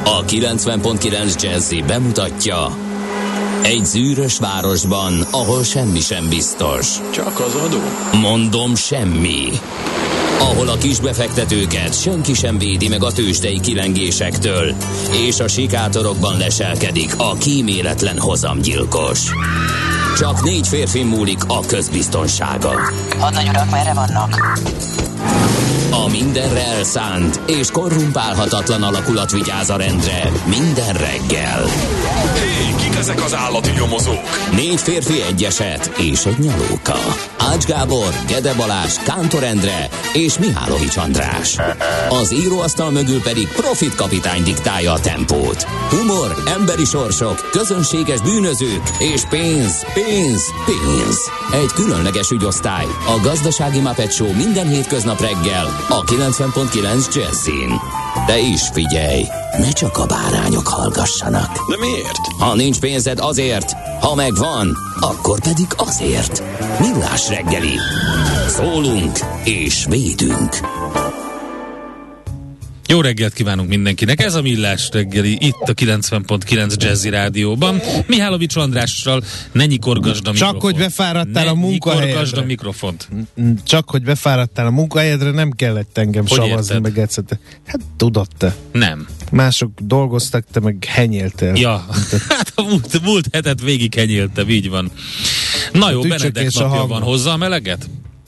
A 90.9 Jazzy bemutatja: egy zűrös városban, ahol semmi sem biztos. Csak az adó? Mondom, semmi. Ahol a kisbefektetőket senki sem védi meg a tőzsdei kilengésektől, és a sikátorokban leselkedik a kíméletlen hozamgyilkos. Csak 4 férfi múlik a közbiztonsága. Hadnagy urak, merre vannak? A mindenre elszánt és korrumpálhatatlan alakulat vigyáz a rendre minden reggel. Hé, kik ezek az állati nyomozók? 4 férfi, egy eset és egy nyalóka. Ács Gábor, Gede Balázs, Kántor Endre és Mihálovics András. Az íróasztal mögül pedig Profit kapitány diktálja a tempót. Humor, emberi sorsok, közönséges bűnözők és pénz, pénz, pénz. Egy különleges ügyosztály, a Gazdasági Muppet Show minden hétköznap reggel a 90.9 Jazzin. De is figyelj, ne csak a bárányok hallgassanak. De miért? Ha nincs pénzed, azért, ha megvan, akkor pedig azért. Millás reggeli. Szólunk és védünk. Jó reggelt kívánunk mindenkinek, ez a Millás reggeli, itt a 90.9 Jazzy Rádióban. Mihálovics Andrással, ne nyikorgasd a mikrofont. Csak hogy befáradtál a munkahelyedre. Ne nyikorgasd a mikrofont. Csak hogy befáradtál a munkahelyedre, nem kellett engem hogy savazni, meg egyszer. Hát tudod te. Nem. Mások dolgoztak, te meg henyéltél. Ja, hát a múlt hetet végig henyéltem, így van. Na jó, Benedek napja van, hozza a meleget?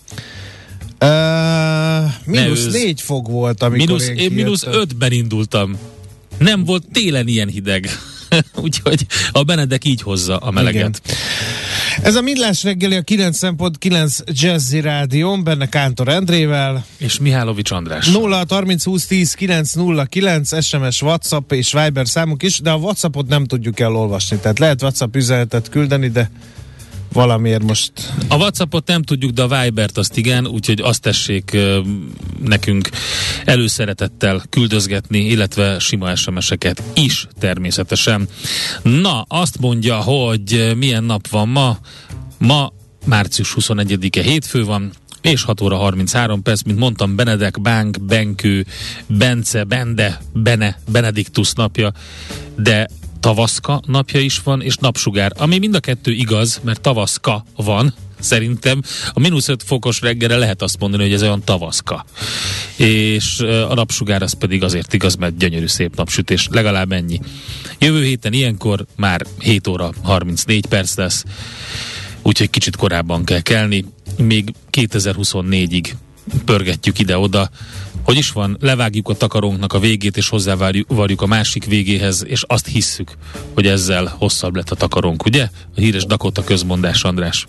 -4 fok volt, amikor én -5-ben indultam. Nem volt télen ilyen hideg. Úgyhogy a Benedek így hozza a meleget. Igen. Ez a Millás reggeli a 90.9 Jazzy Rádión, benne Kántor Endrével. És Mihálovics András. 0-30-20-10-9-09 SMS, WhatsApp és Viber számunk is, de a WhatsAppot nem tudjuk elolvasni. Tehát lehet WhatsApp üzenetet küldeni, de valamiért most... A WhatsAppot nem tudjuk, de a Vibert azt igen, úgyhogy azt tessék nekünk előszeretettel küldözgetni, illetve sima SMS-eket is természetesen. Na, azt mondja, hogy milyen nap van ma. Ma március 21-e hétfő van, és 6 óra 33 perc, mint mondtam, Benedek, Bánk, Benkő, Bence, Bende, Bene, Benediktus napja, de tavaszka napja is van, és napsugár, ami mind a kettő igaz, mert tavaszka van, szerintem a -5 fokos reggelre lehet azt mondani, hogy ez olyan tavaszka. És a napsugár az pedig azért igaz, mert gyönyörű szép napsütés, legalább ennyi. Jövő héten ilyenkor már 7 óra 34 perc lesz, úgyhogy kicsit korábban kell kelni, még 2024-ig pörgetjük ide-oda. Hogy is van, levágjuk a takarónknak a végét, és hozzávarjuk a másik végéhez, és azt hisszük, hogy ezzel hosszabb lett a takarónk, ugye? A híres Dakota közmondás, András.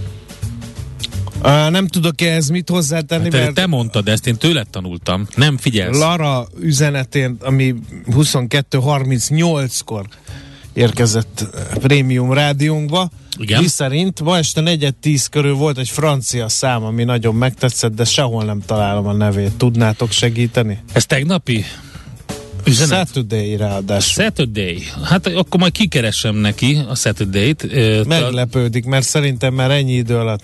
Nem tudok ehhez mit hozzátenni, hát, mert... Te mondtad, ezt én tőled tanultam, nem figyelsz. Lara üzenetén, ami 22:38-kor érkezett prémium rádiónkba, mi szerint ma este 4:10 körül volt egy francia szám, ami nagyon megtetszett, de sehol nem találom a nevét. Tudnátok segíteni? Ez tegnapi üzenet? Saturday ráadásul. Saturday. Hát akkor majd kikeresem neki a Saturday-t. Meglepődik, mert szerintem már ennyi idő alatt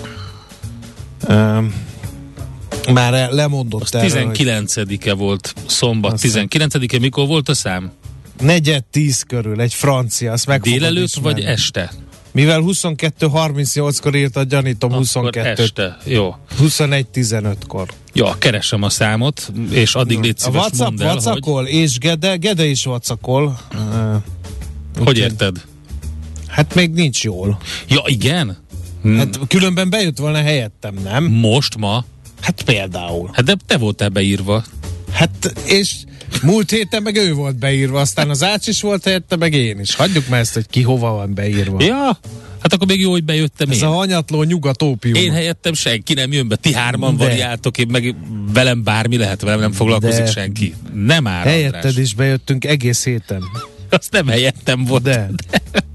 már lemondott erre. 19-e volt szombat. 19-e mikor volt a szám? 4:10 körül, egy francia. Délelőtt vagy este? Mivel 22:38-kor írta, gyanítom akkor 22. este, jó. 21:15-kor. Ja, keresem a számot, és addig légy szíves, mondd el, hogy... és Gede is vacakol. Hogy érted? Hát még nincs jól. Ja, igen? Hát különben bejött volna helyettem, nem? Most, ma? Hát például. Hát de te voltál beírva. Hát, és múlt héten meg ő volt beírva, aztán az Ács is volt helyette, meg én is. Hagyjuk már ezt, hogy ki hova van beírva. Ja, hát akkor még jó, hogy bejöttem ez én. Ez a hanyatló nyugatópium. Én helyettem senki nem jön be, ti hárman variáltok, én meg velem bármi lehet, velem nem foglalkozik senki. Nem áll, helyetted András. Is bejöttünk egész héten. Azt nem helyettem volt. De.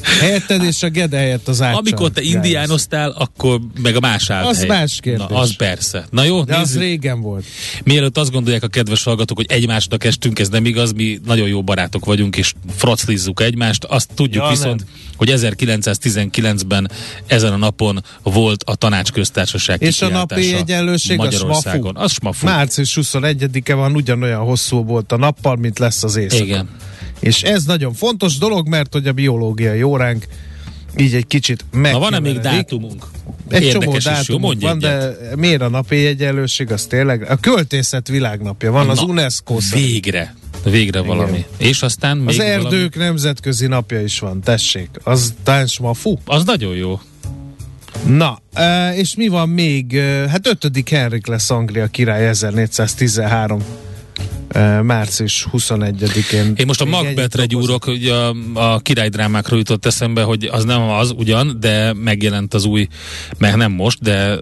Helyetted és a Gede helyett az Áccsal. Amikor te indiánoztál, akkor meg a más állt az hely. más kérdés. Na, az persze. Na jó, de nézzük. az régen volt. Mielőtt azt gondolják a kedves hallgatók, hogy egymásnak estünk, ez nem igaz, mi nagyon jó barátok vagyunk, és froclizzuk egymást. Azt tudjuk viszont, hogy 1919-ben ezen a napon volt a Tanácsköztársaság és a napi egyenlőség Magyarországon. Az smafu. Március 21-e van, ugyanolyan hosszú volt a nappal, mint lesz az éjszaka. Igen. És ez nagyon fontos dolog, mert hogy a biológiai óránk így egy kicsit Na van-e még dátumunk? Egy Érdekes csomó is, dátumunk van, de miért a napi egyenlőség, az tényleg a költészet világnapja van, az UNESCO Végre igen. Valami. És aztán még az erdők valami... nemzetközi napja is van, tessék. Az tánsmafu. Az nagyon jó. Na, és mi van még? Hát 5. Henrik lesz Anglia király 1413 március 21-én. Én most a Macbethre gyúrok, hogy a királydrámákról jutott eszembe, hogy az nem az ugyan, de megjelent az új, mert nem most, de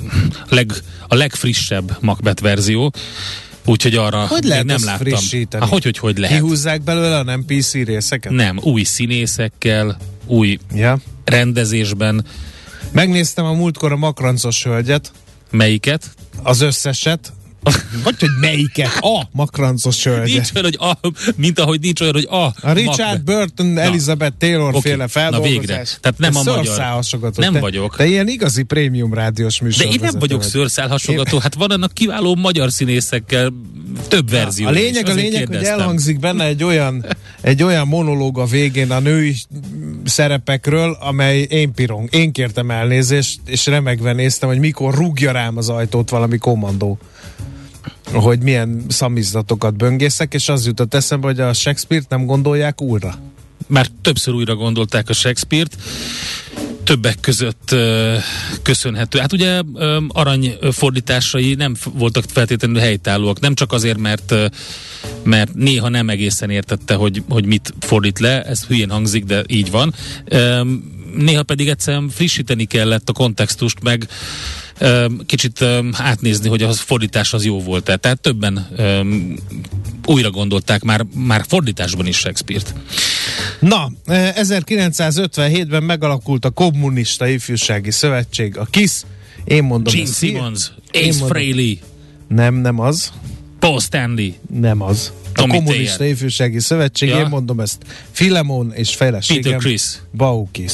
a legfrissebb Macbeth verzió, úgyhogy arra hogy lehet nem láttam. Frissíteni? Hogy lehet? Kihúzzák belőle a nem PC részeket? Nem, új színészekkel, új rendezésben. Megnéztem a múltkor a Makrancos hölgyet. Melyiket? Az összeset. Vagy hogy melyiket? A Makrancos hölgyet. Nincs olyan, hogy mint ahogy nincs olyan, hogy a Richard Burton, Elizabeth Taylor féle feldolgozás. Na végre. Tehát nem a magyar. Nem vagyok. De ilyen igazi prémium rádiós műsor. De én nem vagyok szőrszálhasogató. Hát van annak kiváló magyar színészekkel több verzió. A lényeg, hogy elhangzik benne egy olyan monológ a végén a női szerepekről, amely én kértem elnézést, és remegve néztem, hogy mikor rúgja rám az ajtót valami kommandó. Hogy milyen szamizdatokat böngészek, és az jutott eszembe, hogy a Shakespeare-t nem gondolják újra. Már többször újra gondolták a Shakespeare-t, többek között köszönhető. Hát ugye aranyfordításai nem voltak feltétlenül helytállóak, nem csak azért, mert néha nem egészen értette, hogy mit fordít le, ez hülyén hangzik, de így van. Néha pedig egyszerűen frissíteni kellett a kontextust, meg kicsit átnézni, hogy a fordítás az jó volt. Tehát többen újra gondolták már fordításban is Shakespeare-t. Na, 1957-ben megalakult a Kommunista Ifjúsági Szövetség, a KISZ. Én mondom, Gene Simmons, Ace Frehley. Nem az. Paul Stanley. Nem az. A Kommunista Ifjúsági Szövetség, én mondom ezt. Filemon és feleségem. Peter Criss. Baukis.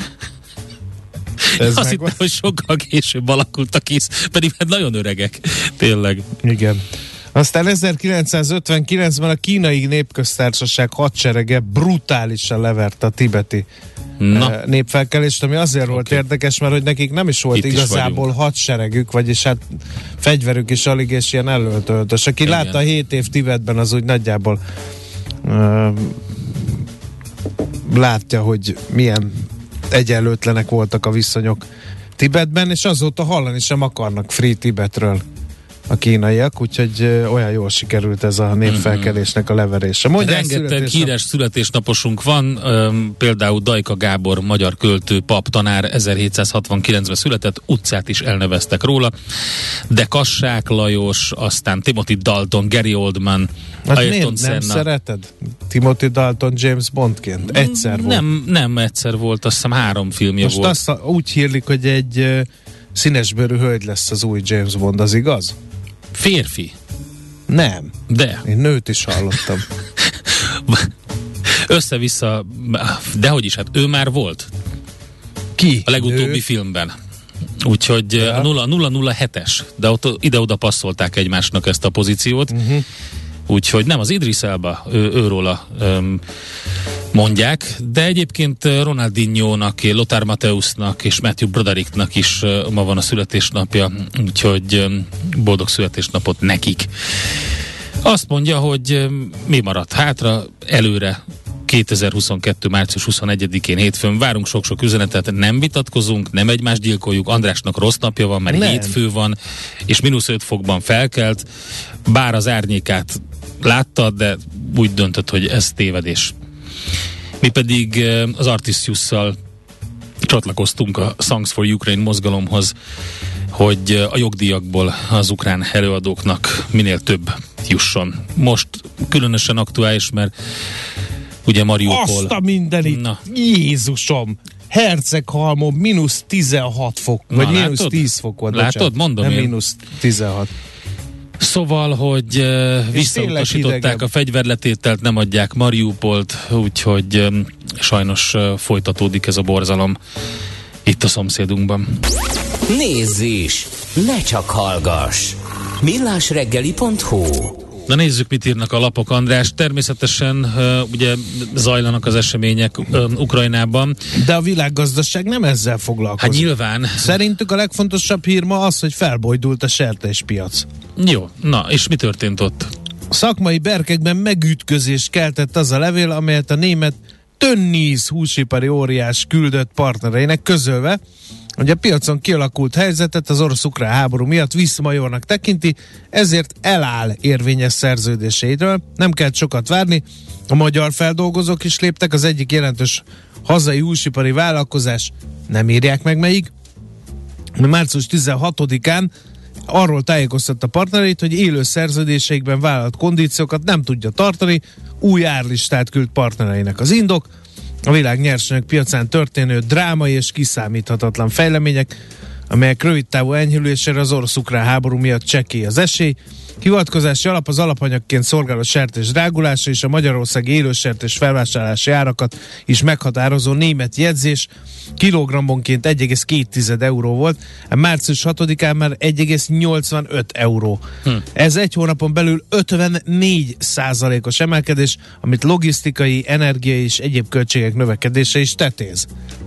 Azt hittem, hogy sokkal később alakult a KISZ, pedig hát nagyon öregek. Tényleg. Igen. Aztán 1959-ben a Kínai Népköztársaság hadserege brutálisan leverte a tibeti népfelkelést, ami azért volt érdekes, mert hogy nekik nem is volt itt igazából hadseregük, vagyis hát fegyverük is alig, és ilyen elöltöltös. Aki látta 7 év Tibetben, az úgy nagyjából látja, hogy milyen egyenlőtlenek voltak a viszonyok Tibetben, és azóta hallani sem akarnak Free Tibetről a kínaiak, úgyhogy olyan jól sikerült ez a népfelkelésnek a leverése. Rengeteg híres születésnaposunk van, például Dajka Gábor, magyar költő, pap, tanár, 1769-ben született, utcát is elneveztek róla, de Kassák Lajos, aztán Timothy Dalton, Gary Oldman, Ayrton Senna. Nem szereted Timothy Dalton James Bondként? Egyszer volt. Nem egyszer volt, azt hiszem 3 filmje most volt. Most úgy hírlik, hogy egy színesbőrű hölgy lesz az új James Bond, az igaz? Férfi? Nem. De? Én nőt is hallottam. Össze-vissza, dehogy is, hát ő már volt. Ki? A legutóbbi filmben. Úgyhogy a 007-es, de ott ide-oda passzolták egymásnak ezt a pozíciót. Úgyhogy nem, az Idris Elba, őróla mondják, de egyébként Ronaldinho-nak, Lothar Matthäusnak és Matthew Brodericknak is ma van a születésnapja, úgyhogy boldog születésnapot nekik. Azt mondja, hogy mi maradt hátra, előre 2022. március 21-én hétfőn várunk sok-sok üzenetet, nem vitatkozunk, nem egymást gyilkoljuk, Andrásnak rossz napja van, mert hétfő van, és -5 fokban felkelt, bár az árnyékát látta, de úgy döntött, hogy ez tévedés. Mi pedig az Artisiusszal csatlakoztunk a Songs for Ukraine mozgalomhoz, hogy a jogdíjakból az ukrán előadóknak minél több jusson. Most különösen aktuális, mert ugye Mariupol. Azt a mindenit! Na. Jézusom! Herceghalmon mínusz 16 fok, vagy mínusz 10 fok volt. Látod, mondom nem én. mínusz 16. Szóval, hogy visszautasították a fegyverletételt, nem adják Mariupolt, úgyhogy sajnos folytatódik ez a borzalom itt a szomszédunkban. Nézz is! Ne csak hallgass! millásreggeli.hu. Na nézzük, mit írnak a lapok, András. Természetesen ugye zajlanak az események Ukrajnában. De a világgazdaság nem ezzel foglalkozik. Hát nyilván. Szerintük a legfontosabb hír ma az, hogy felbojdult a sertéspiac. Jó, na és mi történt ott? A szakmai berkekben megütközést keltett az a levél, amelyet a német Tönnies húsipari óriás küldött partnereinek, közölve, hogy a piacon kialakult helyzetet az orosz-ukrán háború miatt visszmajornak tekinti, ezért eláll érvényes szerződéséről. Nem kell sokat várni, a magyar feldolgozók is léptek, az egyik jelentős hazai húsipari vállalkozás, nem írják meg melyik, március 16-án arról tájékoztatta partnereit, hogy élő szerződéseikben vállalt kondíciókat nem tudja tartani, új árlistát küld partnereinek. Az indok: a világ nyersanyag piacán történő drámai és kiszámíthatatlan fejlemények, amelyek rövidtávú enyhülésére az orosz-ukrán háború miatt csekély az esély. Hivatkozási alap az alapanyagként szolgáló sertés drágulása és a magyarországi élősertés felvásárlási árakat is meghatározó német jegyzés kilogrammonként 1,2 euró volt, március 6-án már 1,85 euró. Ez egy hónapon belül 54%-os emelkedés, amit logisztikai, energiai és egyéb költségek növekedése is tetéz.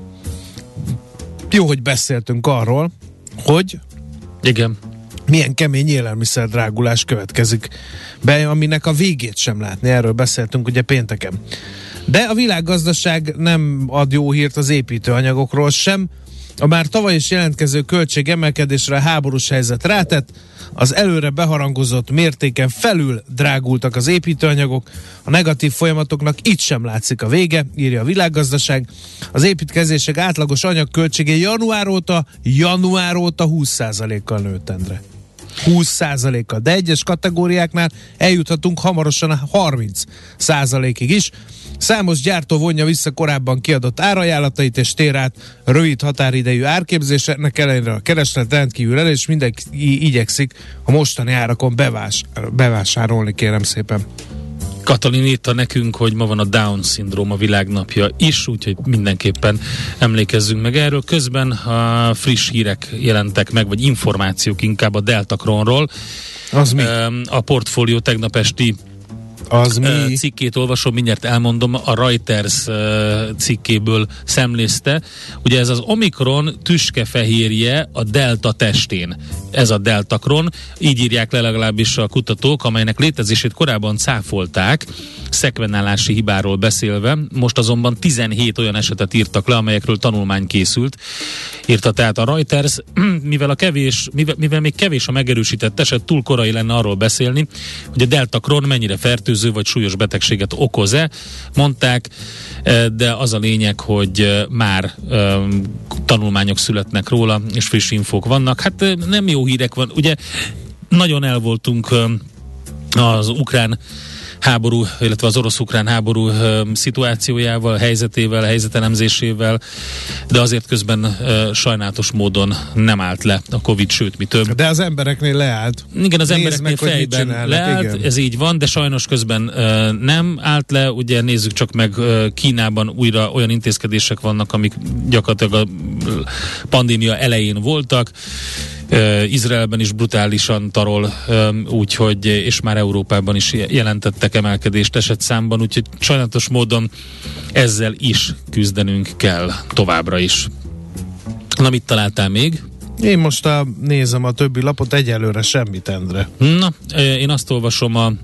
Jó, hogy beszéltünk arról, hogy igen, milyen kemény élelmiszerdrágulás következik be, aminek a végét sem látni. Erről beszéltünk ugye pénteken. De a világgazdaság nem ad jó hírt az építőanyagokról sem. A már tavaly is jelentkező költségemelkedésre a háborús helyzet rátett, az előre beharangozott mértéken felül drágultak az építőanyagok, a negatív folyamatoknak itt sem látszik a vége, írja a világgazdaság. Az építkezések átlagos anyagköltsége január óta 20%-kal nőtt, Endre. 20%-kal, de egyes kategóriáknál eljuthatunk hamarosan a 30%-ig is. Számos gyártó vonja vissza korábban kiadott árajánlatait és tér át rövid határidejű árképzésre, ennek ellenére a kereslet rendkívül el, és mindenki igyekszik a mostani árakon bevásárolni, kérem szépen. Katalin írta nekünk, hogy ma van a Down-szindróma a világnapja is, úgyhogy mindenképpen emlékezzünk meg erről. Közben a friss hírek jelentek meg, vagy információk inkább a Deltacronról. Az mi? A portfólió tegnap esti cikkét olvasom, mindjárt elmondom, a Reuters cikkéből szemlézte. Ugye ez az Omikron tüskefehérje a delta testén. Ez a Deltacron, így írják le legalábbis a kutatók, amelynek létezését korábban cáfolták, szekvenálási hibáról beszélve. Most azonban 17 olyan esetet írtak le, amelyekről tanulmány készült. Írta tehát a Reuters, mivel még kevés a megerősített eset, túl korai lenne arról beszélni, hogy a Deltacron mennyire fertőző vagy súlyos betegséget okoz-e, mondták, de az a lényeg, hogy már tanulmányok születnek róla, és friss infók vannak. Hát nem jó hírek van. Ugye nagyon el voltunk az ukrán háború, illetve az orosz-ukrán háború szituációjával, helyzetével, helyzetelemzésével, de azért közben sajnálatos módon nem állt le a Covid, sőt, mi több. De az embereknél leállt. Igen, az embereknél fejben leállt, igen. Ez így van, de sajnos közben nem állt le. Ugye nézzük csak meg, Kínában újra olyan intézkedések vannak, amik gyakorlatilag a pandémia elején voltak. Izraelben is brutálisan tarol, úgyhogy, és már Európában is jelentettek emelkedést esetszámban, úgyhogy sajnálatos módon ezzel is küzdenünk kell továbbra is. Na, mit találtál még? Én most nézem a többi lapot, egyelőre semmit, Endre. Na, én azt olvasom, a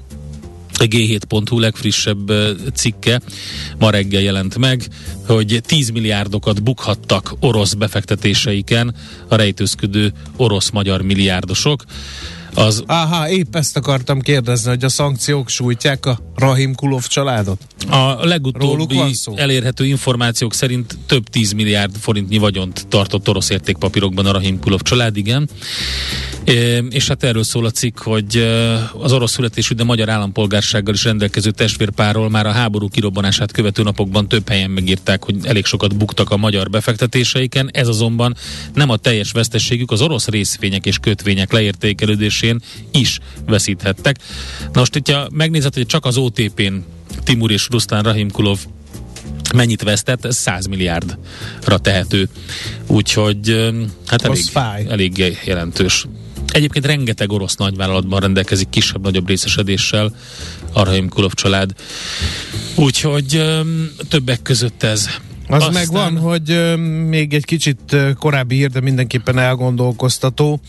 G7.hu legfrissebb cikke ma reggel jelent meg, hogy 10 milliárdokat bukhattak orosz befektetéseiken a rejtőzködő orosz-magyar milliárdosok. Épp ezt akartam kérdezni, hogy a szankciók sújtják a Rahimkulov családot? A legutóbbi elérhető információk szerint több 10 milliárd forintnyi vagyont tartott orosz értékpapírokban a Rahimkulov család, igen. És hát erről szól a cikk, hogy az orosz születésű, de magyar állampolgársággal is rendelkező testvérpárról már a háború kirobbanását követő napokban több helyen megírták, hogy elég sokat buktak a magyar befektetéseiken. Ez azonban nem a teljes veszteségük, az orosz részvények és kötvények leértékelődésén is veszíthettek. Na most, hogyha megnézed, hogy csak az OTP-n Timur és Ruslan Rahimkulov mennyit vesztett, ez 100 milliárdra tehető. Úgyhogy hát elég jelentős. Egyébként rengeteg orosz nagyvállalatban rendelkezik kisebb-nagyobb részesedéssel a Rahimkulov család. Úgyhogy többek között ez. Az megvan, hogy még egy kicsit korábbi hír, de mindenképpen elgondolkoztató.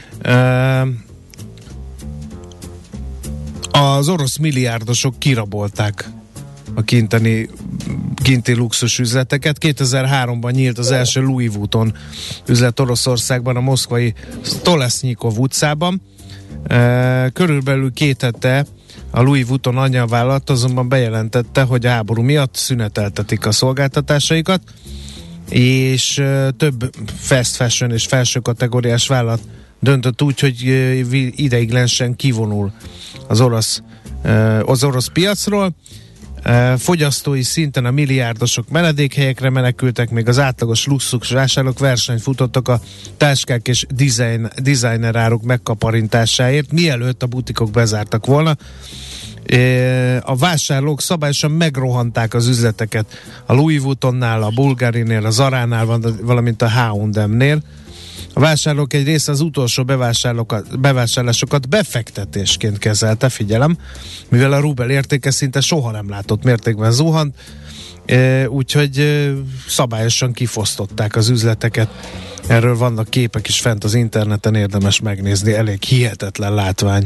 Az orosz milliárdosok kirabolták a kinti luxus üzleteket. 2003-ban nyílt az első Louis Vuitton üzlet Oroszországban, a moszkvai Stolesnyikov utcában. Körülbelül 2 hete a Louis Vuitton anyavállalat azonban bejelentette, hogy a háború miatt szüneteltetik a szolgáltatásaikat, és több fast fashion és felső kategóriás vállalat döntött úgy, hogy ideiglenesen kivonul az orosz piacról. Fogyasztói szinten a milliárdosok menedékhelyekre menekültek, még az átlagos luxus vásárlók versenyt futottak a táskák és designer áruk megkaparintásáért, mielőtt a butikok bezártak volna. A vásárlók szabályosan megrohanták az üzleteket a Louis Vuittonnál, a Bulgarinél, a Zaránál, valamint a H&M-nél. A vásárlók egy része az utolsó bevásárlásokat befektetésként kezelte, figyelem, mivel a rubel értéke szinte soha nem látott mértékben zuhant, úgyhogy szabályosan kifosztották az üzleteket. Erről vannak képek is fent az interneten, érdemes megnézni, elég hihetetlen látvány.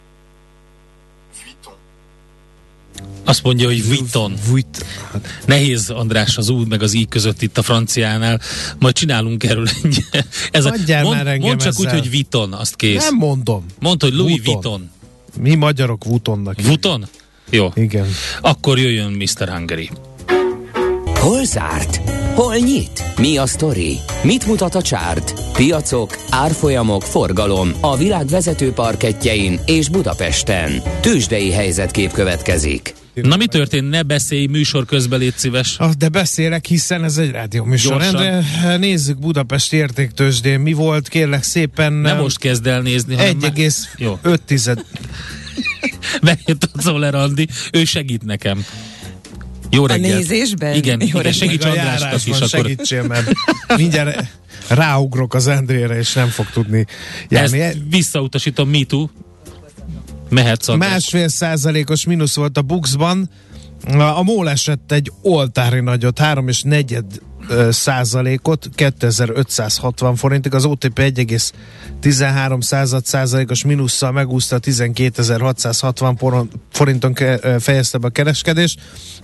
Azt mondja, hogy Vuitton. Nehéz, András, az ú meg az i között itt a franciánál. Majd csinálunk erről egy... Mondd csak úgy, hogy Vuitton, azt kész. Nem mondom. Mondd, hogy Louis Vuitton. Mi magyarok Vuittonnak. Vuitton? Jó. Igen. Akkor jöjjön Mr. Hungary. Hol zárt? Hol nyit? Mi a sztori? Mit mutat a csárt? Piacok, árfolyamok, forgalom a világ vezető parkettjein és Budapesten. Tőzsdei helyzetkép következik. Na, mi történt? Ne beszélj, műsor közben, légy szíves. De beszélek, hiszen ez egy rádióműsor. Nézzük Budapesti értéktőzsdén. Mi volt, kérlek szépen? Nem most kezd el nézni, hanem 1,5. Bejött a Zoller Andi, ő segít nekem. Jó reggelt. A nézésben? Igen, segíts Andrásnak is. Segítsél, mert mindjárt ráugrok az Endrére, és nem fog tudni járni. Ezt visszautasítom, me too. Mehetsz, András. 1,5%-os mínusz volt a Buxban. A MOL esett egy oltári nagyot, 3,4%-ot, 2560 forintig, az OTP 1,13%-os mínusszal megúszta, 12.660 forinton fejezte be a kereskedést.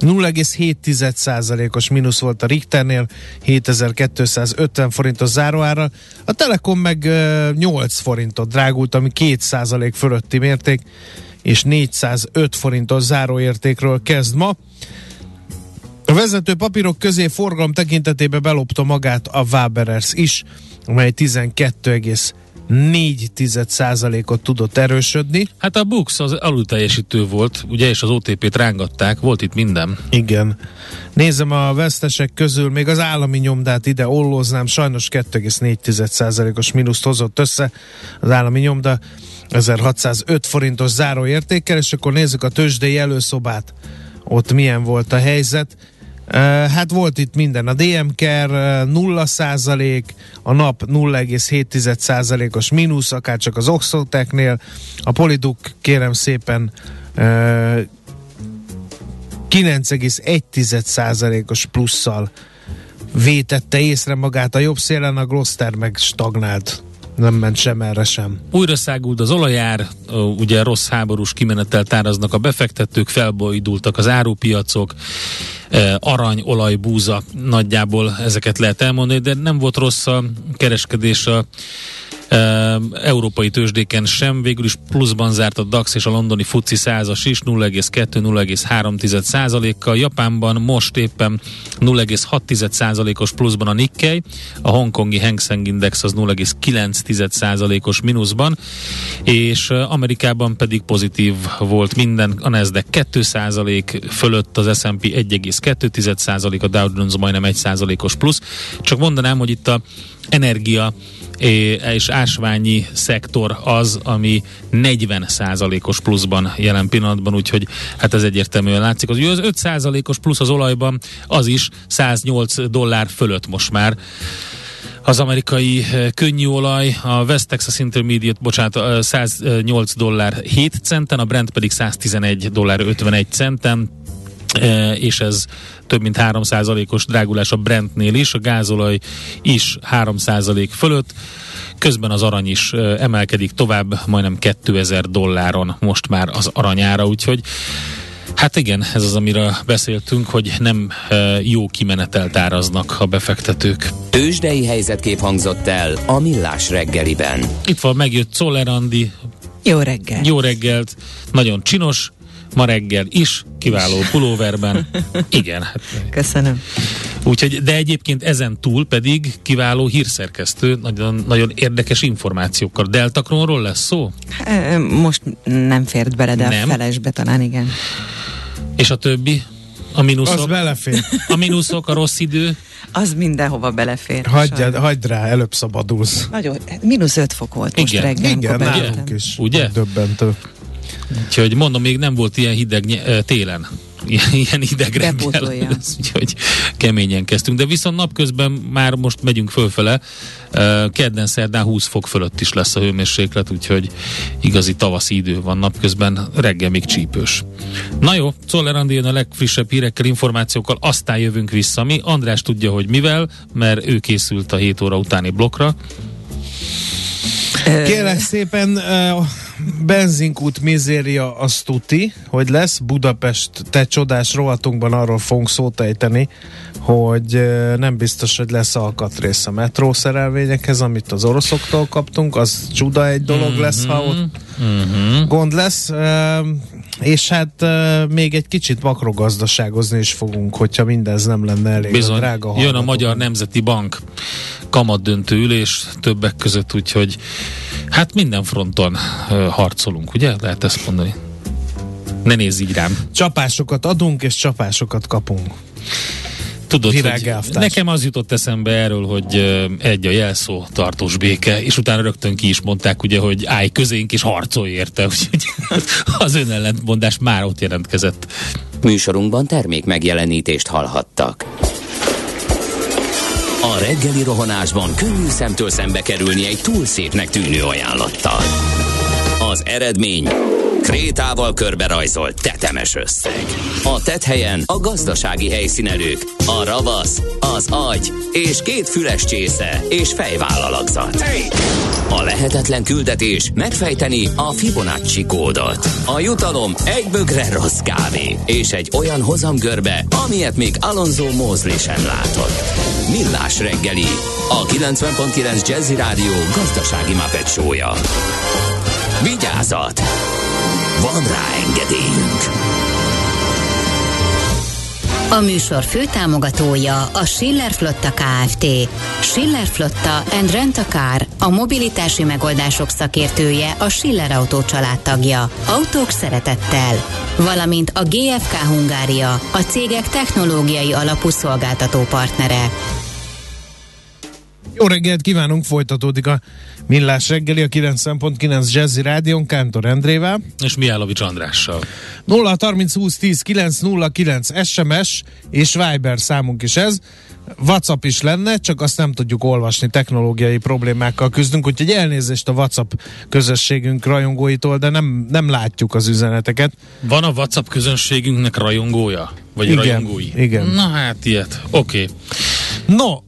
0,7%-os mínusz volt a Richternél, 7250 forintos záróára. A Telekom meg 8 forintot drágult, ami 2% fölötti mérték, és 405 forintos záróértékről kezd ma. A vezető papírok közé forgalom tekintetében belopta magát a Waberers is, amely 12,4%-ot tudott erősödni. Hát a Bux az alulteljesítő volt, ugye, és az OTP-t rángatták, volt itt minden. Igen. Nézem a vesztesek közül, még az állami nyomdát ide ollóznám, sajnos 2,4%-os mínuszt hozott össze az állami nyomda, 1605 forintos záróértékkel, és akkor nézzük a tőzsdei előszobát. Ott milyen volt a helyzet? Hát volt itt minden. A DMKR 0%, a NAP 0,7%-os mínusz, akár csak az Oxotecnél. A Polyduk kérem szépen 9,1%-os plusszal vétette észre magát a jobb szélen, a Gloster meg stagnált. Nem ment sem erre sem. Újra szágult az olajár, ugye rossz háborús kimenettel táraznak a befektetők, felbojdultak az árupiacok, arany, olaj, búza, nagyjából ezeket lehet elmondani, de nem volt rossz a kereskedés a Európai tőzsdéken sem, végül is pluszban zárt a DAX és a londoni FTSE 100-as is 0,2-0,3%-kal. Japánban most éppen 0,6%-os pluszban a Nikkei, a hongkongi Hang Seng Index az 0,9%-os mínuszban, és Amerikában pedig pozitív volt minden, a Nasdaq 2% fölött, az S&P 1,2%, a Dow Jones majdnem 1%-os plusz. Csak mondanám, hogy itt a energia és ásványi szektor az, ami 40%-os pluszban jelen pillanatban, úgyhogy hát ez egyértelműen látszik. Az 5%-os plusz az olajban, az is $108 fölött most már. Az amerikai könnyűolaj, a West Texas Intermediate, $108 7 centen, a Brent pedig $111.51, és ez több mint 3%-os drágulás a Brentnél is, a gázolaj is 3% fölött, közben az arany is emelkedik tovább, majdnem $2000 most már az aranyára, úgyhogy hát igen, ez az, amiről beszéltünk, hogy nem jó kimenetelt áraznak a befektetők. Tőzsdei helyzetkép hangzott el a Millás reggeliben. Itt van, megjött Czoller Andi. Jó reggelt! Jó reggelt! Nagyon csinos, ma reggel is, kiváló pulóverben. Igen. Hát. Köszönöm. Úgyhogy, de egyébként ezen túl pedig kiváló hírszerkesztő, nagyon, nagyon érdekes információkkal. Deltakronról lesz szó? Most nem fért bele, de nem. A felesbe talán igen. És a többi? A mínuszok? Az belefér. A mínuszok, a rossz idő? Az mindenhova belefér. Hagyd rá, előbb szabadulsz. Nagyon, -5 fok volt most reggel. Igen, nálunk is. Ugye? Döbbentő. Úgyhogy mondom, még nem volt ilyen hideg télen. Ilyen hideg reggel. Úgyhogy keményen kezdtünk. De viszont napközben már most megyünk fölfele. Kedden, szerdán 20 fok fölött is lesz a hőmérséklet, úgyhogy igazi tavaszi idő van napközben, reggel még csípős. Na jó, Czoller Andi jön a legfrissebb hírekkel, információkkal, aztán jövünk vissza mi. András tudja, hogy mivel, mert ő készült a 7 óra utáni blokkra. Kérlek szépen, benzinkút mizéria az tuti, hogy lesz. Budapest, te csodás rovatunkban arról fogunk szót ejteni, hogy nem biztos, hogy lesz alkatrész a metrószerelvényekhez, amit az oroszoktól kaptunk, az csuda egy dolog lesz, ha ott gond lesz, és hát még egy kicsit makrogazdaságozni is fogunk, hogyha mindez nem lenne elég. Bizony, drága jön a Magyar Nemzeti Bank kamatdöntő ülés többek között, úgyhogy hát minden fronton harcolunk, ugye? Lehet ezt mondani. Ne nézz így rám. Csapásokat adunk, és csapásokat kapunk. Tudod, hogy nekem az jutott eszembe erről, hogy egy a jelszó tartós béke, és utána rögtön ki is mondták, ugye, hogy állj közénk és harcolj érte, úgyhogy az önellentmondás már ott jelentkezett. Műsorunkban termék megjelenítést hallhattak. A reggeli rohanásban könnyű szemtől szembe kerülni egy túl szépnek tűnő ajánlattal. Az eredmény krétával körberajzolt tetemes összeg. A tetthelyen a gazdasági helyszínelők, a ravasz, az agy és 2 füles csésze és fejvállalakzat. A lehetetlen küldetés megfejteni a Fibonacci kódot. A jutalom egy bögre rossz kávé és egy olyan hozamgörbe, amilyet még Alonso Mosley sem látott. Millás reggeli, a 90.9 Jazzy Rádió gazdasági Muppet show-ja. Vigyázat! Van rá engedélyünk! A műsor főtámogatója a Schiller Flotta Kft. Schiller Flotta and Rent a Car, a mobilitási megoldások szakértője, a Schiller Autó családtagja. Autók szeretettel. Valamint a GFK Hungária, a cégek technológiai alapú szolgáltató partnere. Jó reggelt kívánunk, folytatódik a Millás reggeli, a 90.9 Jazzy Rádión, Kántor Endrével. És Mihálovics Andrással. 0-30-20-10-9-09 SMS és Viber számunk is ez. WhatsApp is lenne, csak azt nem tudjuk olvasni, technológiai problémákkal küzdünk, úgyhogy elnézést a WhatsApp közösségünk rajongóitól, de nem látjuk az üzeneteket. Van a WhatsApp közönségünknek rajongója? Vagy igen, rajongói? Igen. Na hát ilyet. Oké. No,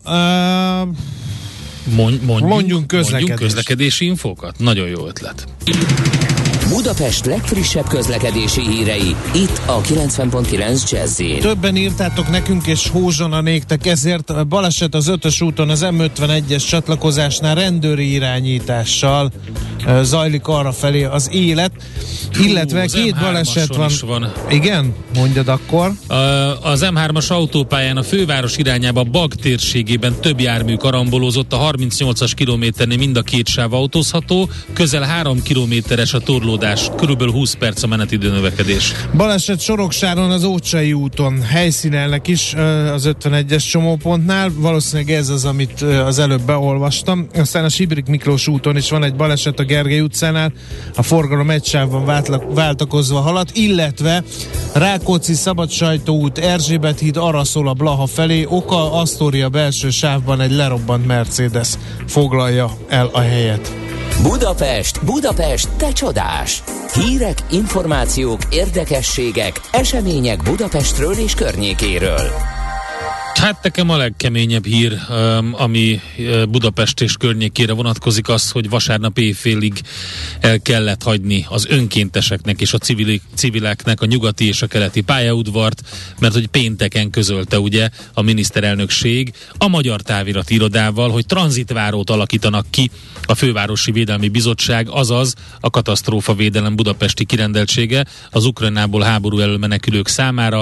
mondjunk közlekedési infókat. Nagyon jó ötlet. Budapest legfrissebb közlekedési hírei, itt a 90.9 Jazz-in. Többen írtátok nekünk, és hózsona néktek, ezért baleset az 5-ös úton az M51-es csatlakozásnál rendőri irányítással zajlik arrafelé az élet, illetve két baleset van. Igen? Mondjad akkor. Az M3-as autópályán a főváros irányába Bag térségében több jármű karambolózott, a 38-as kilométernél mind a két sáv autózható, közel 3 kilométeres a torlódás, körülbelül 20 perc a menetidő növekedés. Baleset Soroksáron az Ócsai úton, helyszínelnek is az 51-es csomópontnál, valószínűleg ez az, amit az előbb beolvastam. Aztán a Sibrik Miklós úton is van egy baleset a Gergely utcánál, a forgalom egy sávban váltakozva halad, illetve Rákóczi Szabadsajtó út, Erzsébet híd, Araszol a Blaha felé, oka Asztória belső sávban egy lerobbant Mercedes foglalja el a helyet. Budapest, Budapest, te csodás! Hírek, információk, érdekességek, események Budapestről és környékéről. Hát nekem a legkeményebb hír, ami Budapest és környékére vonatkozik, az, hogy vasárnap éjfélig el kellett hagyni az önkénteseknek és a civileknek a nyugati és a keleti pályaudvart, mert hogy pénteken közölte ugye a miniszterelnökség a Magyar Távirati Irodával, hogy tranzitvárót alakítanak ki a Fővárosi Védelmi Bizottság, azaz a katasztrófavédelem budapesti kirendeltsége az Ukrajnából háború elől menekülők számára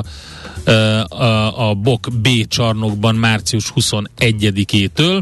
a BOK B csarnokban március 21-től.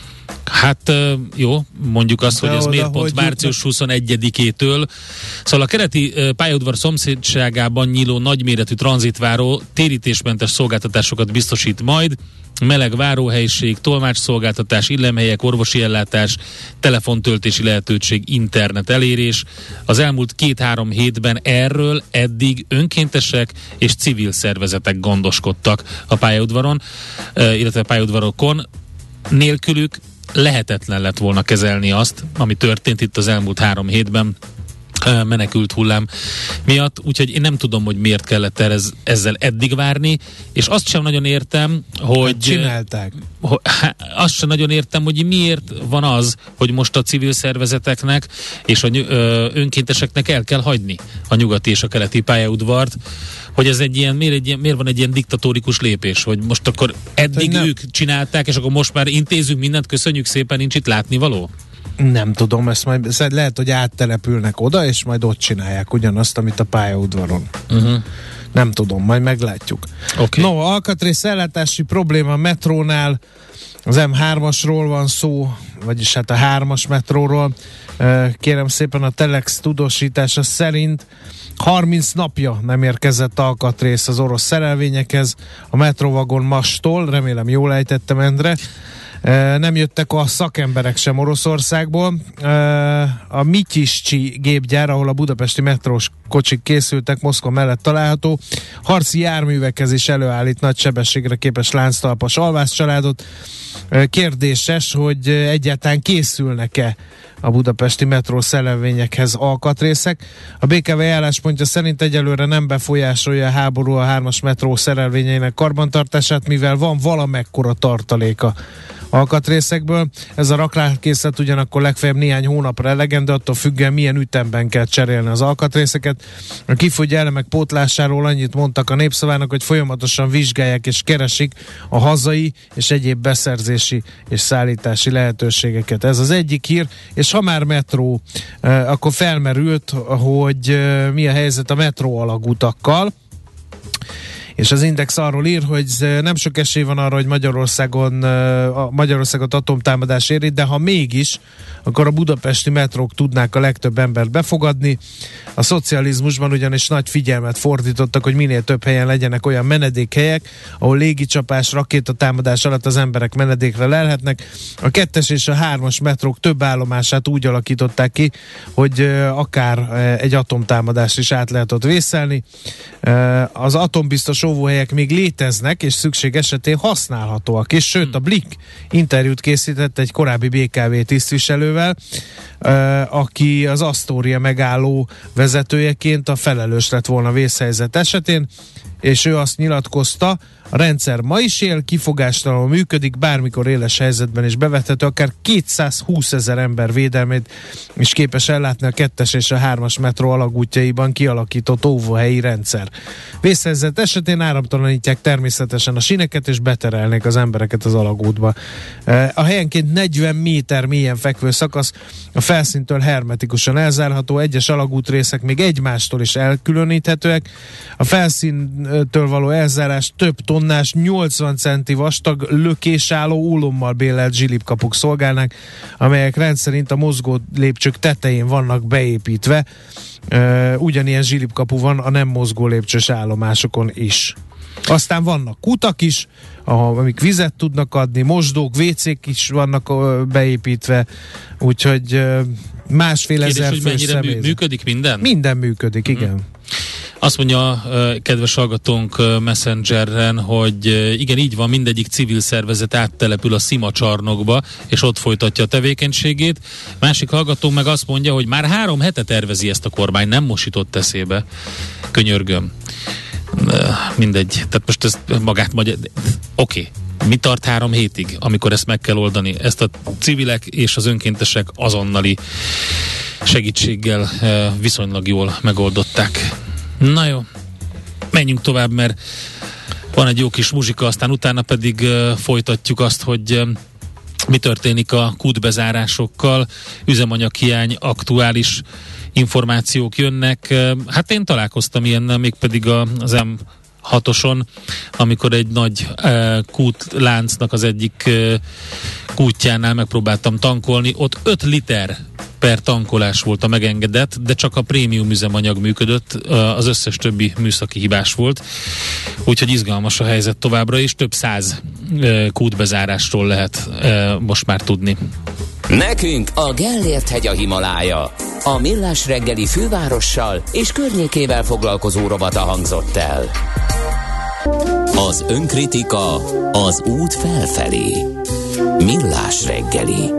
Hát jó, mondjuk azt, hogy ez miért pont március 21-től. Szóval a keleti pályaudvar szomszédságában nyíló nagyméretű tranzitváró térítésmentes szolgáltatásokat biztosít majd, meleg váróhelység, tolmácsszolgáltatás, illemhelyek, orvosi ellátás, telefontöltési lehetőség, internet elérés. Az elmúlt 2-3 hétben erről eddig önkéntesek és civil szervezetek gondoskodtak a pályaudvaron, illetve a pályaudvarokon. Nélkülük lehetetlen lett volna kezelni azt, ami történt itt az elmúlt 3 hétben menekült hullám miatt, úgyhogy én nem tudom, hogy miért kellett ezzel eddig várni, és azt sem nagyon értem, hogy csinálták. Azt sem nagyon értem, hogy miért van az, hogy most a civil szervezeteknek és a önkénteseknek el kell hagyni a nyugati és a keleti pályaudvart, hogy ez egy ilyen, miért van egy ilyen diktatórikus lépés, hogy most akkor eddig ők csinálták, és akkor most már intézünk mindent, köszönjük szépen, nincs itt látnivaló? Nem tudom, ezt majd lehet, hogy áttelepülnek oda, és majd ott csinálják ugyanazt, amit a pályaudvaron. Nem tudom, majd meglátjuk. Okay. No, alkatrészellátási probléma a metrónál, az M3-asról van szó, vagyis hát a 3-as metróról. Kérem szépen, a Telex tudósítása szerint 30 napja nem érkezett alkatrész az orosz szerelvényekhez, a metróvagon mastól, remélem jól ejtettem, Endre. Nem jöttek a szakemberek sem Oroszországból. A Mityiscsi gépgyár, ahol a budapesti metrós kocsik készültek, Moszkva mellett található, harci járművekhez is előállít nagy sebességre képes lánctalpas alvászcsaládot. Kérdéses, hogy egyáltalán készülnek-e a budapesti metró szerelvényekhez alkatrészek. A BKV álláspontja szerint egyelőre nem befolyásolja a háború a 3-as metró szerelvényeinek karbantartását, mivel van valamekkora tartaléka alkatrészekből. Ez a raklátkészlet ugyanakkor legfeljebb néhány hónapra elegendő, attól függően milyen ütemben kell cserélni az alkatrészeket. A kifogyó elemek pótlásáról annyit mondtak a Népszavának, hogy folyamatosan vizsgálják és keresik a hazai és egyéb beszerzési és szállítási lehetőségeket. Ez az egyik hír, és ha már metró, akkor felmerült, hogy mi a helyzet a metró alagutakkal. És az Index arról ír, hogy nem sok esély van arra, hogy Magyarországot atomtámadás éri, de ha mégis, akkor a budapesti metrók tudnák a legtöbb embert befogadni. A szocializmusban ugyanis nagy figyelmet fordítottak, hogy minél több helyen legyenek olyan menedékhelyek, ahol légicsapás, rakétatámadás alatt az emberek menedékre lelhetnek. A 2-es és a 3-as metrók több állomását úgy alakították ki, hogy akár egy atomtámadás is át lehet ott vészelni. Az atombiztos óvóhelyek még léteznek, és szükség esetén használhatóak. És sőt, a Blick interjút készített egy korábbi BKV tisztviselővel, aki az Asztória megálló vezetőjeként a felelős lett volna vészhelyzet esetén, és ő azt nyilatkozta, a rendszer ma is él, kifogástalanul működik, bármikor éles helyzetben is bevethető, akár 220 000 ember védelmét is képes ellátni a 2-es és a 3-as metró alagútjaiban kialakított óvóhelyi rendszer. Vészhelyzet esetén áramtalanítják természetesen a síneket, és beterelnék az embereket az alagútba. A helyenként 40 méter mélyen fekvő szakasz a felszíntől hermetikusan elzárható, egyes alagútrészek még egymástól is elkülöníthetőek. A felszíntől való elzárás több tonnás, 80 centi vastag, lökésálló ólommal bélelt zsilipkapuk szolgálnak, amelyek rendszerint a mozgó lépcsők tetején vannak beépítve. Ugyanilyen zsilipkapu van a nem mozgó lépcsős állomásokon is. Aztán vannak kutak is, amik vizet tudnak adni, mosdók, WC-k is vannak beépítve, úgyhogy másfél ezer fős személyzet. Működik minden? Minden működik, igen. Azt mondja kedves hallgatónk Messengeren, hogy igen, így van, mindegyik civil szervezet áttelepül a Szima csarnokba, és ott folytatja a tevékenységét. Másik hallgató meg azt mondja, hogy már 3 hete tervezi ezt a kormány, nem most jutott eszébe. Könyörgöm. Mindegy. Tehát most ez magát Oké. Mi tart 3 hétig, amikor ezt meg kell oldani? Ezt a civilek és az önkéntesek azonnali segítséggel viszonylag jól megoldották. Na jó, menjünk tovább, mert van egy jó kis muzsika, aztán utána pedig folytatjuk azt, hogy mi történik a kútbezárásokkal, üzemanyaghiány, aktuális információk jönnek. Hát én találkoztam ilyennel, mégpedig az M6-oson, amikor egy nagy kútláncnak az egyik kútjánál megpróbáltam tankolni, ott 5 liter per tankolás volt a megengedett, de csak a prémium üzemanyag működött, az összes többi műszaki hibás volt. Úgyhogy izgalmas a helyzet továbbra is, több 100 kútbezárásról lehet most már tudni. Nekünk a Gellért-hegy a Himalája. A Millás reggeli fővárossal és környékével foglalkozó rovata hangzott el. Az önkritika az út felfelé. Millás reggeli.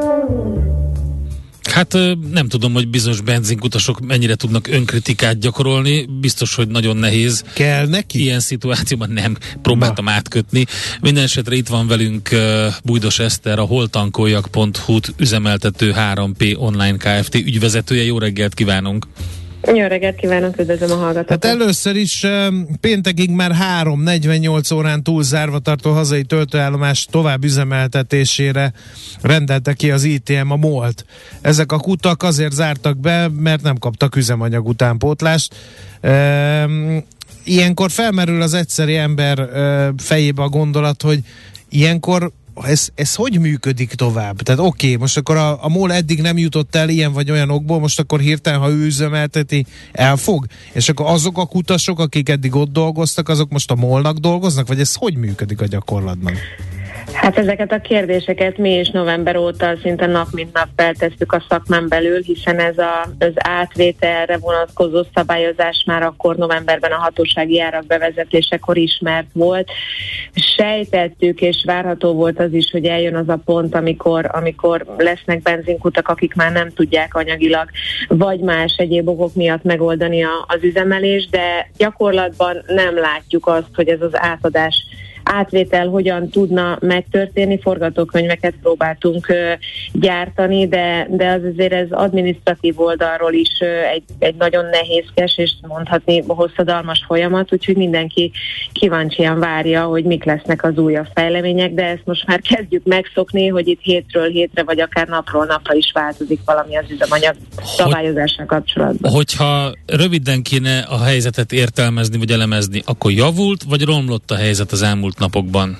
Hát nem tudom, hogy bizonyos benzinkutasok mennyire tudnak önkritikát gyakorolni. Biztos, hogy nagyon nehéz. Kell neki? Ilyen szituációban nem. Próbáltam átkötni. Minden esetre itt van velünk Bújdos Eszter, a holtankoljak.hu-t üzemeltető 3P Online Kft. Ügyvezetője. Jó reggelt kívánunk! Jó reggelt kívánok, üdvözlöm a hallgatókat. Hát először is péntekig már 48 órán túl zárva tartó hazai töltőállomás tovább üzemeltetésére rendelte ki az ITM a MOL-t. Ezek a kutak azért zártak be, mert nem kaptak üzemanyag utánpótlást. Ilyenkor felmerül az egyszeri ember fejébe a gondolat, hogy ilyenkor ez hogy működik tovább? Tehát oké, most akkor a MOL eddig nem jutott el ilyen vagy olyan okból, most akkor hirtelen, ha ő üzemelteti, elfog? És akkor azok a kutasok, akik eddig ott dolgoztak, azok most a MOL-nak dolgoznak? Vagy ez hogy működik a gyakorlatban? Hát ezeket a kérdéseket mi is november óta szinte nap mint nap feltesszük a szakmán belül, hiszen ez az átvételre vonatkozó szabályozás már akkor novemberben a hatósági árak bevezetésekor ismert volt. Sejtettük és várható volt az is, hogy eljön az a pont, amikor lesznek benzinkutak, akik már nem tudják anyagilag vagy más egyéb okok miatt megoldani az üzemelést, de gyakorlatban nem látjuk azt, hogy ez az átvétel hogyan tudna megtörténni. Forgatókönyveket próbáltunk gyártani, de az azért ez adminisztratív oldalról is egy nagyon nehézkes és mondhatni hosszadalmas folyamat, úgyhogy mindenki kíváncsian várja, hogy mik lesznek az újabb fejlemények, de ezt most már kezdjük megszokni, hogy itt hétről hétre, vagy akár napról napra is változik valami az üzemanyag szabályozással kapcsolatban. Hogyha röviden kéne a helyzetet értelmezni, vagy elemezni, akkor javult, vagy romlott a helyzet az elmúlt napokban?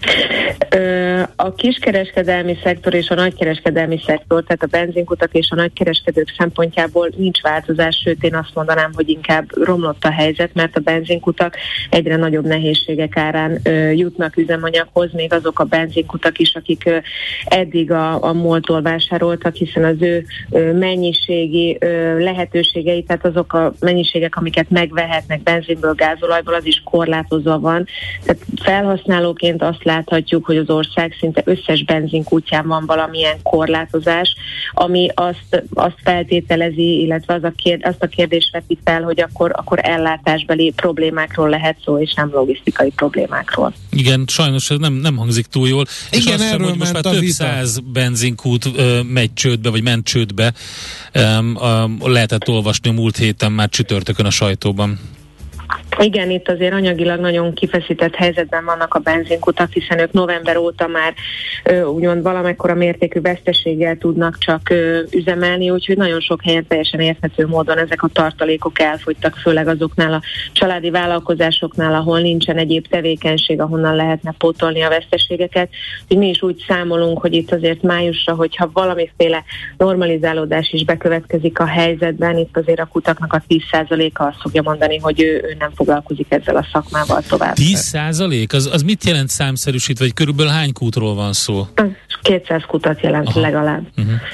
A kiskereskedelmi szektor és a nagykereskedelmi szektor, tehát a benzinkutak és a nagykereskedők szempontjából nincs változás, sőt én azt mondanám, hogy inkább romlott a helyzet, mert a benzinkutak egyre nagyobb nehézségek árán jutnak üzemanyaghoz, még azok a benzinkutak is, akik eddig a MOL-tól vásároltak, hiszen az ő mennyiségi lehetőségei, tehát azok a mennyiségek, amiket megvehetnek benzinből, gázolajból, az is korlátozva van. Tehát felhasználóként azt láthatjuk, tudjuk, hogy az ország szinte összes benzinkútján van valamilyen korlátozás, ami azt feltételezi, illetve azt a kérdést veti fel, hogy akkor ellátásbeli problémákról lehet szó, és nem logisztikai problémákról. Igen, sajnos ez nem hangzik túl jól. Igen, és azt sem, hogy most már több száz benzinkút megy csődbe, vagy ment csődbe. Lehetett olvasni a múlt héten már csütörtökön a sajtóban. Igen, itt azért anyagilag nagyon kifeszített helyzetben vannak a benzinkutak, hiszen ők november óta már úgymond valamekkora mértékű veszteséggel tudnak csak üzemelni, úgyhogy nagyon sok helyen teljesen érthető módon ezek a tartalékok elfogytak, főleg azoknál a családi vállalkozásoknál, ahol nincsen egyéb tevékenység, ahonnan lehetne pótolni a veszteségeket. Úgyhogy mi is úgy számolunk, hogy itt azért májusra, hogyha valamiféle normalizálódás is bekövetkezik a helyzetben, itt azért a kutaknak a 10%-a azt fogja mondani, hogy ő nem foglalkozik ezzel a szakmával tovább. 10%? Az mit jelent számszerűsítve, vagy körülbelül hány kútról van szó? 200 kutat jelent legalább.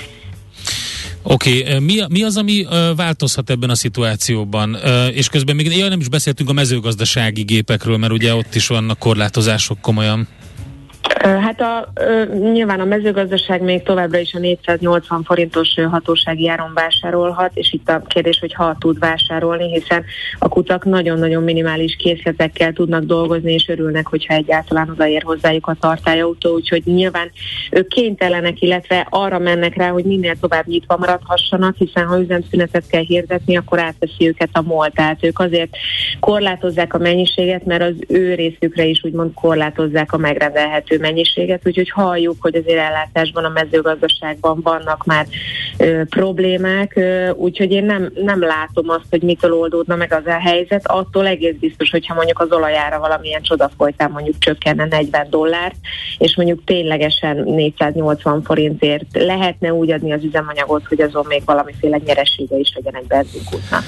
Oké, mi az, ami változhat ebben a szituációban? És közben még nem is beszéltünk a mezőgazdasági gépekről, mert ugye ott is vannak korlátozások komolyan. Hát nyilván a mezőgazdaság még továbbra is a 480 forintos hatósági áron vásárolhat, és itt a kérdés, hogy ha tud vásárolni, hiszen a kutak nagyon-nagyon minimális készletekkel tudnak dolgozni, és örülnek, hogyha egyáltalán odaér hozzájuk a tartályautó, úgyhogy nyilván ők kénytelenek, illetve arra mennek rá, hogy minél tovább nyitva maradhassanak, hiszen ha üzemszünetet kell hirdetni, akkor átveszi őket a MOL, tehát ők azért korlátozzák a mennyiséget, mert az ő részükre is úgymond korlátozzák a megrendelhető mennyiséget, úgyhogy halljuk, hogy azért ellátásban, a mezőgazdaságban vannak már problémák, úgyhogy én nem látom azt, hogy mitől oldódna meg az a helyzet, attól egész biztos, hogyha mondjuk az olajára valamilyen csoda folytán mondjuk csökkenne $40, és mondjuk ténylegesen 480 forintért lehetne úgy adni az üzemanyagot, hogy azon még valamiféle nyeresége is legyen egy benzinkútnak.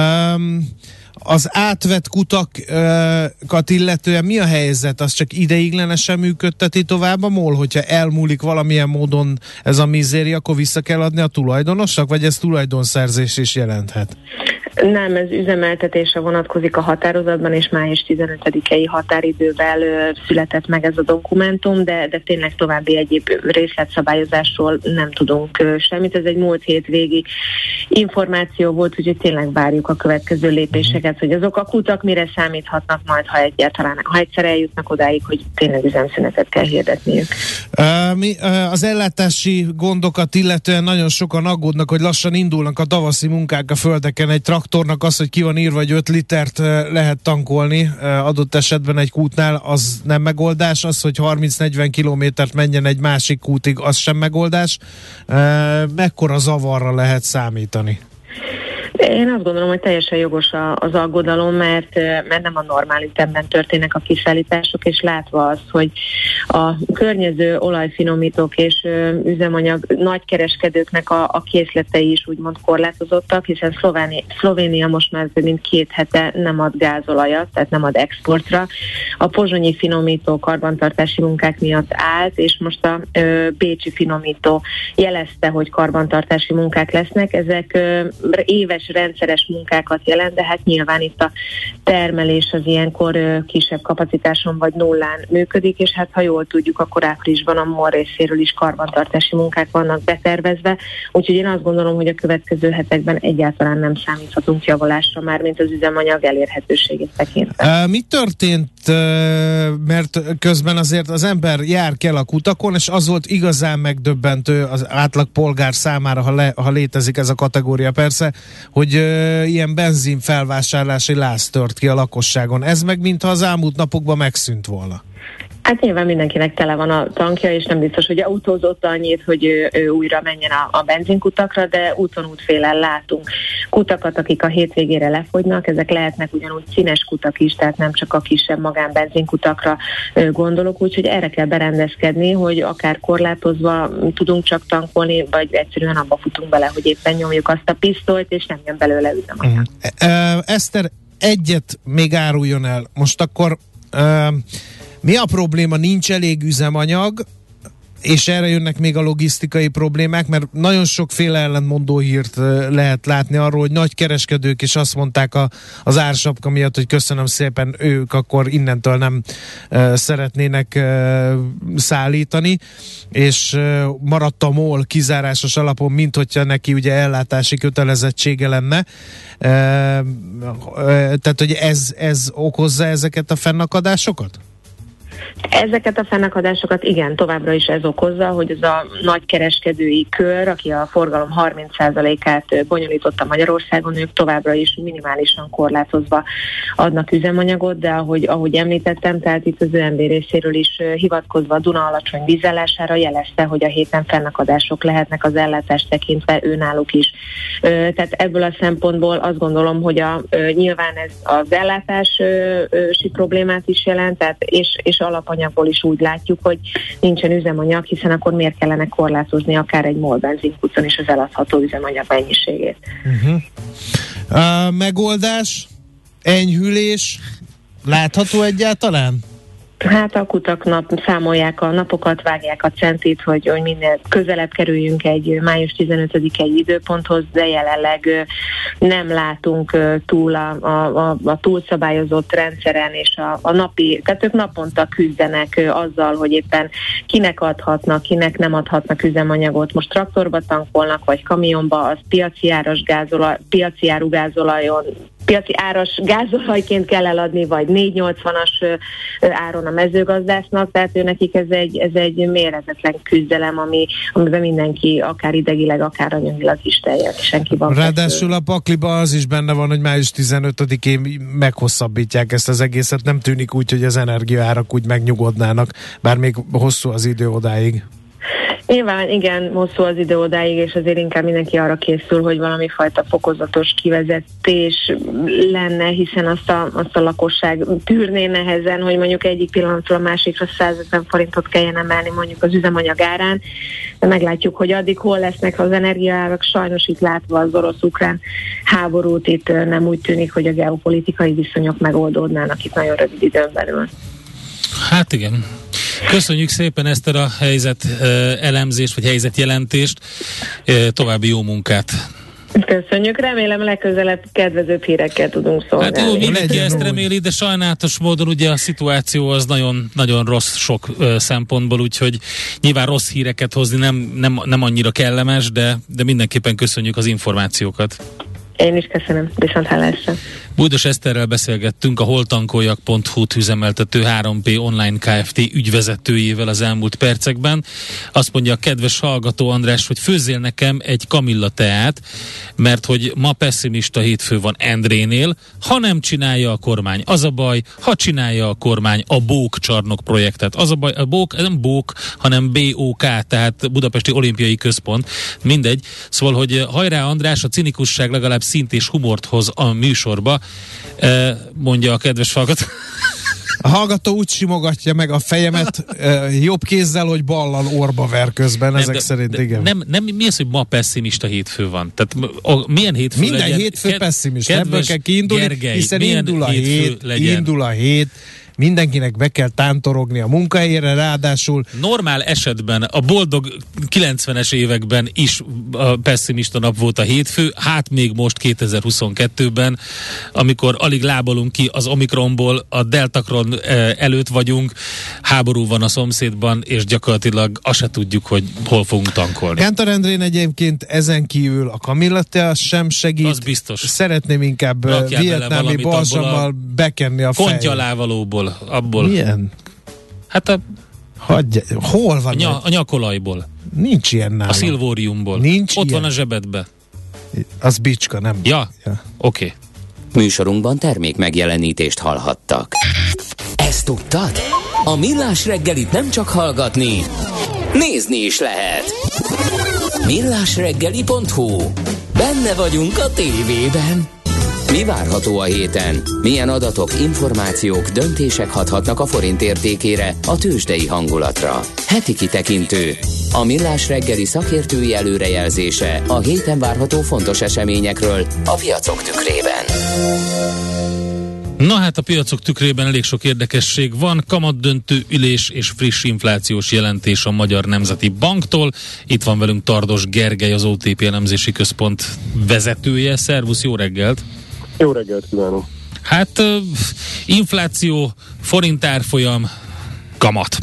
Az átvett kutakat illetően mi a helyzet? Az csak ideiglenesen működteti tovább a MOL, hogyha elmúlik valamilyen módon ez a mizéria, akkor vissza kell adni a tulajdonosnak, vagy ez tulajdonszerzés is jelenthet? Nem, ez üzemeltetésre vonatkozik a határozatban, és május 15-i határidővel született meg ez a dokumentum, de tényleg további egyéb részletszabályozásról nem tudunk semmit. Ez egy múlt hétvégi információ volt, úgyhogy tényleg várjuk a következő lépéseket, hogy azok a kutak mire számíthatnak majd, ha egyszer eljutnak odáig, hogy tényleg üzemszünetet kell hirdetniük. Az ellátási gondokat illetően nagyon sokan aggódnak, hogy lassan indulnak a tavaszi munkák a földeken. Egy traktornak az, hogy ki van írva, hogy 5 litert lehet tankolni adott esetben egy kútnál, az nem megoldás. Az, hogy 30-40 kilométert menjen egy másik kútig, az sem megoldás. Mekkora zavarra lehet számítani? Én azt gondolom, hogy teljesen jogos az aggodalom, mert nem a normál ütemben történnek a kiszállítások, és látva azt, hogy a környező olajfinomítók és üzemanyag nagykereskedőknek a készletei is úgymond korlátozottak, hiszen Szlovénia most már több mint 2 hete nem ad gázolajat, tehát nem ad exportra. A pozsonyi finomító karbantartási munkák miatt állt, és most a bécsi finomító jelezte, hogy karbantartási munkák lesznek. Ezek éves rendszeres munkákat jelent, de hát nyilván itt a termelés az ilyenkor kisebb kapacitáson vagy nullán működik, és hát ha jól tudjuk, akkor áprilisban a MOL részéről is karbantartási munkák vannak betervezve, úgyhogy én azt gondolom, hogy a következő hetekben egyáltalán nem számíthatunk javulásra már, mint az üzemanyag elérhetőségét tekintve. Mi történt, mert közben azért az ember jár kell a kutakon, és az volt igazán megdöbbentő az átlag polgár számára, ha létezik ez a kategória persze, hogy ilyen benzin felvásárlási láz tört ki a lakosságon. Ez meg mintha az elmúlt napokban megszűnt volna. Hát nyilván mindenkinek tele van a tankja, és nem biztos, hogy autózott annyit, hogy ő újra menjen a benzinkutakra, de úton útfélen látunk kutakat, akik a hétvégére lefogynak. Ezek lehetnek ugyanúgy színes kutak is, tehát nem csak a kisebb magánbenzinkutakra gondolok, úgyhogy erre kell berendezkedni, hogy akár korlátozva tudunk csak tankolni, vagy egyszerűen abba futunk bele, hogy éppen nyomjuk azt a pisztolyt, és nem jön belőle üzemanyag. Eszter, egyet még áruljon el. Most akkor mi a probléma? Nincs elég üzemanyag, és erre jönnek még a logisztikai problémák, mert nagyon sokféle ellentmondó hírt lehet látni arról, hogy nagy kereskedők is azt mondták az ársapka miatt, hogy köszönöm szépen, ők akkor innentől nem szeretnének szállítani, és maradt a MOL kizárásos alapon, mint hogyha neki ugye ellátási kötelezettsége lenne. Tehát, hogy ez okozza ezeket a fennakadásokat? Ezeket a fennakadásokat igen, továbbra is ez okozza, hogy az a nagykereskedői kör, aki a forgalom 30%-át bonyolította Magyarországon, ők továbbra is minimálisan korlátozva adnak üzemanyagot, de ahogy említettem, tehát itt az ÖMV részéről is hivatkozva a Duna alacsony vízállására jelezte, hogy a héten fennakadások lehetnek az ellátást tekintve őnáluk is. Tehát ebből a szempontból azt gondolom, hogy nyilván ez az ellátási problémát is jelent, tehát és alapanyagból is úgy látjuk, hogy nincsen üzemanyag, hiszen akkor miért kellene korlátozni akár egy MOL benzinkuton is az eladható üzemanyag mennyiségét. Megoldás? Enyhülés? Látható egyáltalán? Hát a kutak számolják a napokat, vágják a centit, hogy minél közelebb kerüljünk egy május 15-i időponthoz, de jelenleg nem látunk túl a túlszabályozott rendszeren, és a napi, tehát ők naponta küzdenek azzal, hogy éppen kinek adhatnak, kinek nem adhatnak üzemanyagot. Most traktorba tankolnak, vagy kamionba, az piaci áras gázolajként kell eladni, vagy 4,80-as áron a mezőgazdásznak, tehát nekik ez egy méretetlen küzdelem, amiben mindenki akár idegileg, akár anyagilag is teljesen ki van. Ráadásul a pakliba az is benne van, hogy május 15-én meghosszabbítják ezt az egészet, nem tűnik úgy, hogy az energiaárak úgy megnyugodnának, bár még hosszú az idő odáig. Nyilván igen, hosszú az idő odáig, és azért inkább mindenki arra készül, hogy valami fajta fokozatos kivezetés lenne, hiszen azt a lakosság tűrné nehezen, hogy mondjuk egyik pillanatról a másikra 150 forintot kelljen emelni mondjuk az üzemanyag árán, de meglátjuk, hogy addig hol lesznek az energiaárak. Sajnos itt látva az orosz-ukrán háborút, itt nem úgy tűnik, hogy a geopolitikai viszonyok megoldódnának itt nagyon rövid időn belül. Hát igen. Köszönjük szépen ezt a helyzet elemzést, vagy helyzetjelentést. További jó munkát! Köszönjük, remélem legközelebb kedvezőbb hírekkel tudunk szolgálni. Hát jó, mindenki ezt reméli, de sajnálatos módon ugye a szituáció az nagyon, nagyon rossz sok szempontból, úgyhogy nyilván rossz híreket hozni nem annyira kellemes, de mindenképpen köszönjük az információkat. Én is köszönöm, viszont hallásra. Bújdos Eszterrel beszélgettünk, a holtankoljak.hu-t üzemeltető 3P Online Kft. Ügyvezetőjével az elmúlt percekben. Azt mondja a kedves hallgató András, hogy főzzél nekem egy kamilla teát, mert hogy ma pessimista hétfő van Endrénél, ha nem csinálja a kormány, az a baj, ha csinálja a kormány a BOK csarnok projektet. Az a baj, a BOK nem BOK, hanem BOK, tehát Budapesti Olimpiai Központ. Mindegy. Szóval, hogy hajrá András, a cinikusság legalább szint és humort hoz a műsorba, mondja a kedves hallgató. A hallgató úgy simogatja meg a fejemet jobb kézzel, hogy ballal orba ver közben, ezek szerint igen. Nem, mi az, hogy ma pessimista hétfő van? Tehát milyen hétfő minden legyen? Hétfő pessimista, ebből kell kiindulni, Gergely, hiszen indul a hét, mindenkinek be kell tántorogni a munkahelyére, ráadásul normál esetben a boldog 90-es években is a pessimista nap volt a hétfő, hát még most 2022-ben, amikor alig lábalunk ki az Omikronból, a Deltakron előtt vagyunk, háború van a szomszédban, és gyakorlatilag azt se tudjuk, hogy hol fogunk tankolni. Kántor Endrén egyébként ezen kívül a kamillattea sem segít. Az biztos. Szeretném inkább vietnámi balzsammal bekenni a fejét. Kontyalávalóból. Abból. Milyen? Hát hol van? A nyakolajból. Nincs ilyen nálam. A szilvóriumból. Nincs ott ilyen. Van a zsebedbe. Az bicska, nem? Ja. Oké. Műsorunkban termék megjelenítést hallhattak. Ezt tudtad? A Millás reggelit nem csak hallgatni, nézni is lehet. millásreggeli.hu. Benne vagyunk a tévében. Mi várható a héten? Milyen adatok, információk, döntések hathatnak a forint értékére, a tőzsdei hangulatra? Heti kitekintő. A Millás reggeli szakértői előrejelzése a héten várható fontos eseményekről a piacok tükrében. Na hát a piacok tükrében elég sok érdekesség van. Kamatdöntő ülés és friss inflációs jelentés a Magyar Nemzeti Banktól. Itt van velünk Tardos Gergely, az OTP elemzési központ vezetője. Szervusz, jó reggelt! Jó reggelt kívánok! Hát infláció, forint árfolyam, kamat.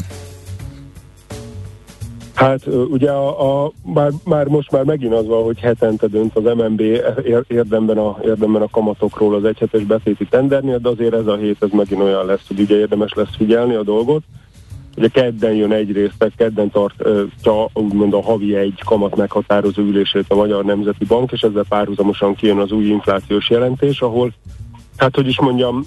Hát ugye már most megint az van, hogy hetente dönt az MNB érdemben a kamatokról az egyhetes betéti tendernél, de azért ez a hét ez megint olyan lesz, hogy ugye érdemes lesz figyelni a dolgot. Ugye kedden jön egyrészt, kedden tartja úgymond a havi egy kamat meghatározó ülését a Magyar Nemzeti Bank, és ezzel párhuzamosan kijön az új inflációs jelentés, ahol, hát hogy is mondjam,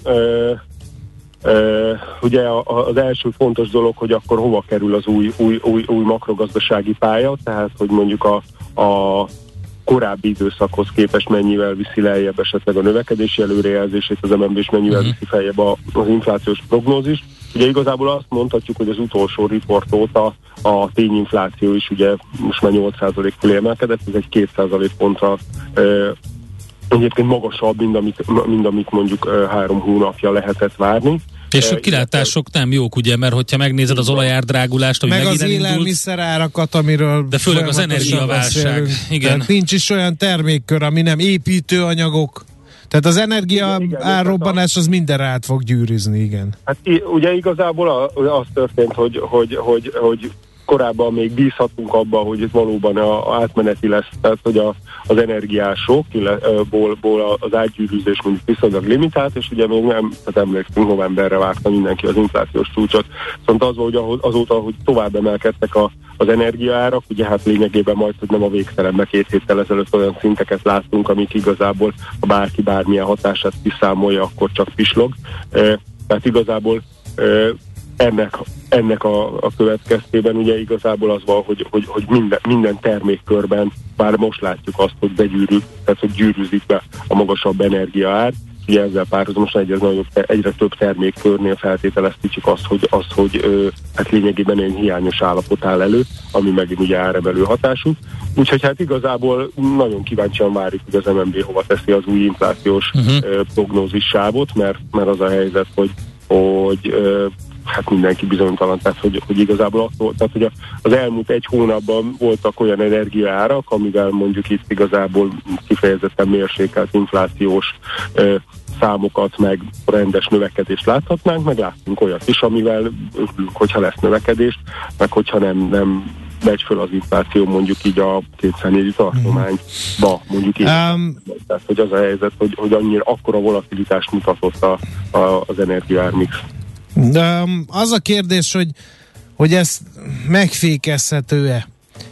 ugye az első fontos dolog, hogy akkor hova kerül az új makrogazdasági pálya, tehát hogy mondjuk a korábbi időszakhoz képest mennyivel viszi lejjebb esetleg a növekedési előrejelzését az MNB, és mennyivel viszi feljebb az inflációs prognózis. Ugye igazából azt mondhatjuk, hogy az utolsó report óta a tényinfláció is ugye most már 8% fölé emelkedett, ez egy 2% pontra egyébként magasabb, mint amit mondjuk 3 hónapja lehetett várni. És a kilátások nem jók, ugye, mert hogyha megnézed az olajárdrágulást, ami meg megint az élelmiszerárakat, amiről de főleg az energiaválság. Igen. Tehát nincs is olyan termékkör, ami nem építőanyagok. Tehát az energia árrobbanás az mindenre át fog gyűrűzni, igen. Hát ugye igazából az történt, hogy korábban még bízhatunk abban, hogy ez valóban átmeneti lesz, tehát hogy az energiásokból az átgyűrűzés mondjuk viszonylag limitált, és ugye még nem, tehát emlékszünk, novemberre várta mindenki az inflációs csúcsot. Szóval az volt, hogy azóta, hogy tovább emelkedtek az energiaárak, ugye hát lényegében majd, hogy nem a végtelenben 2 héttel ezelőtt olyan szinteket láttunk, amik igazából, ha bárki bármilyen hatását kiszámolja, akkor csak pislog. Tehát igazából ennek a következtében ugye igazából az van, hogy minden termékkörben már most látjuk azt, hogy tehát hogy gyűrűzik be a magasabb energiaár. Ugye ezzel párhuzamosan egyre több termékkörnél feltételeztük azt, hogy hát lényegében egy hiányos állapot áll elő, ami megint ugye áremelő hatású. Úgyhogy hát igazából nagyon kíváncsian várjuk, hogy az MNB hova teszi az új inflációs prognózis sávot, mert az a helyzet, hogy hát mindenki bizonytalan, tehát hogy igazából tehát hogy az elmúlt 1 hónapban voltak olyan energiaárak, amivel mondjuk itt igazából kifejezetten mérsékelt inflációs számokat, meg rendes növekedést láthatnánk, meg láttunk olyat is, amivel hogyha lesz növekedést, meg hogyha nem megy föl az infláció mondjuk így a 200-4 tartományba, mondjuk így. Tehát, hogy az a helyzet, hogy annyira akkora volatilitást mutatott az energiaármix. De az a kérdés, hogy ez megfékezhető-e?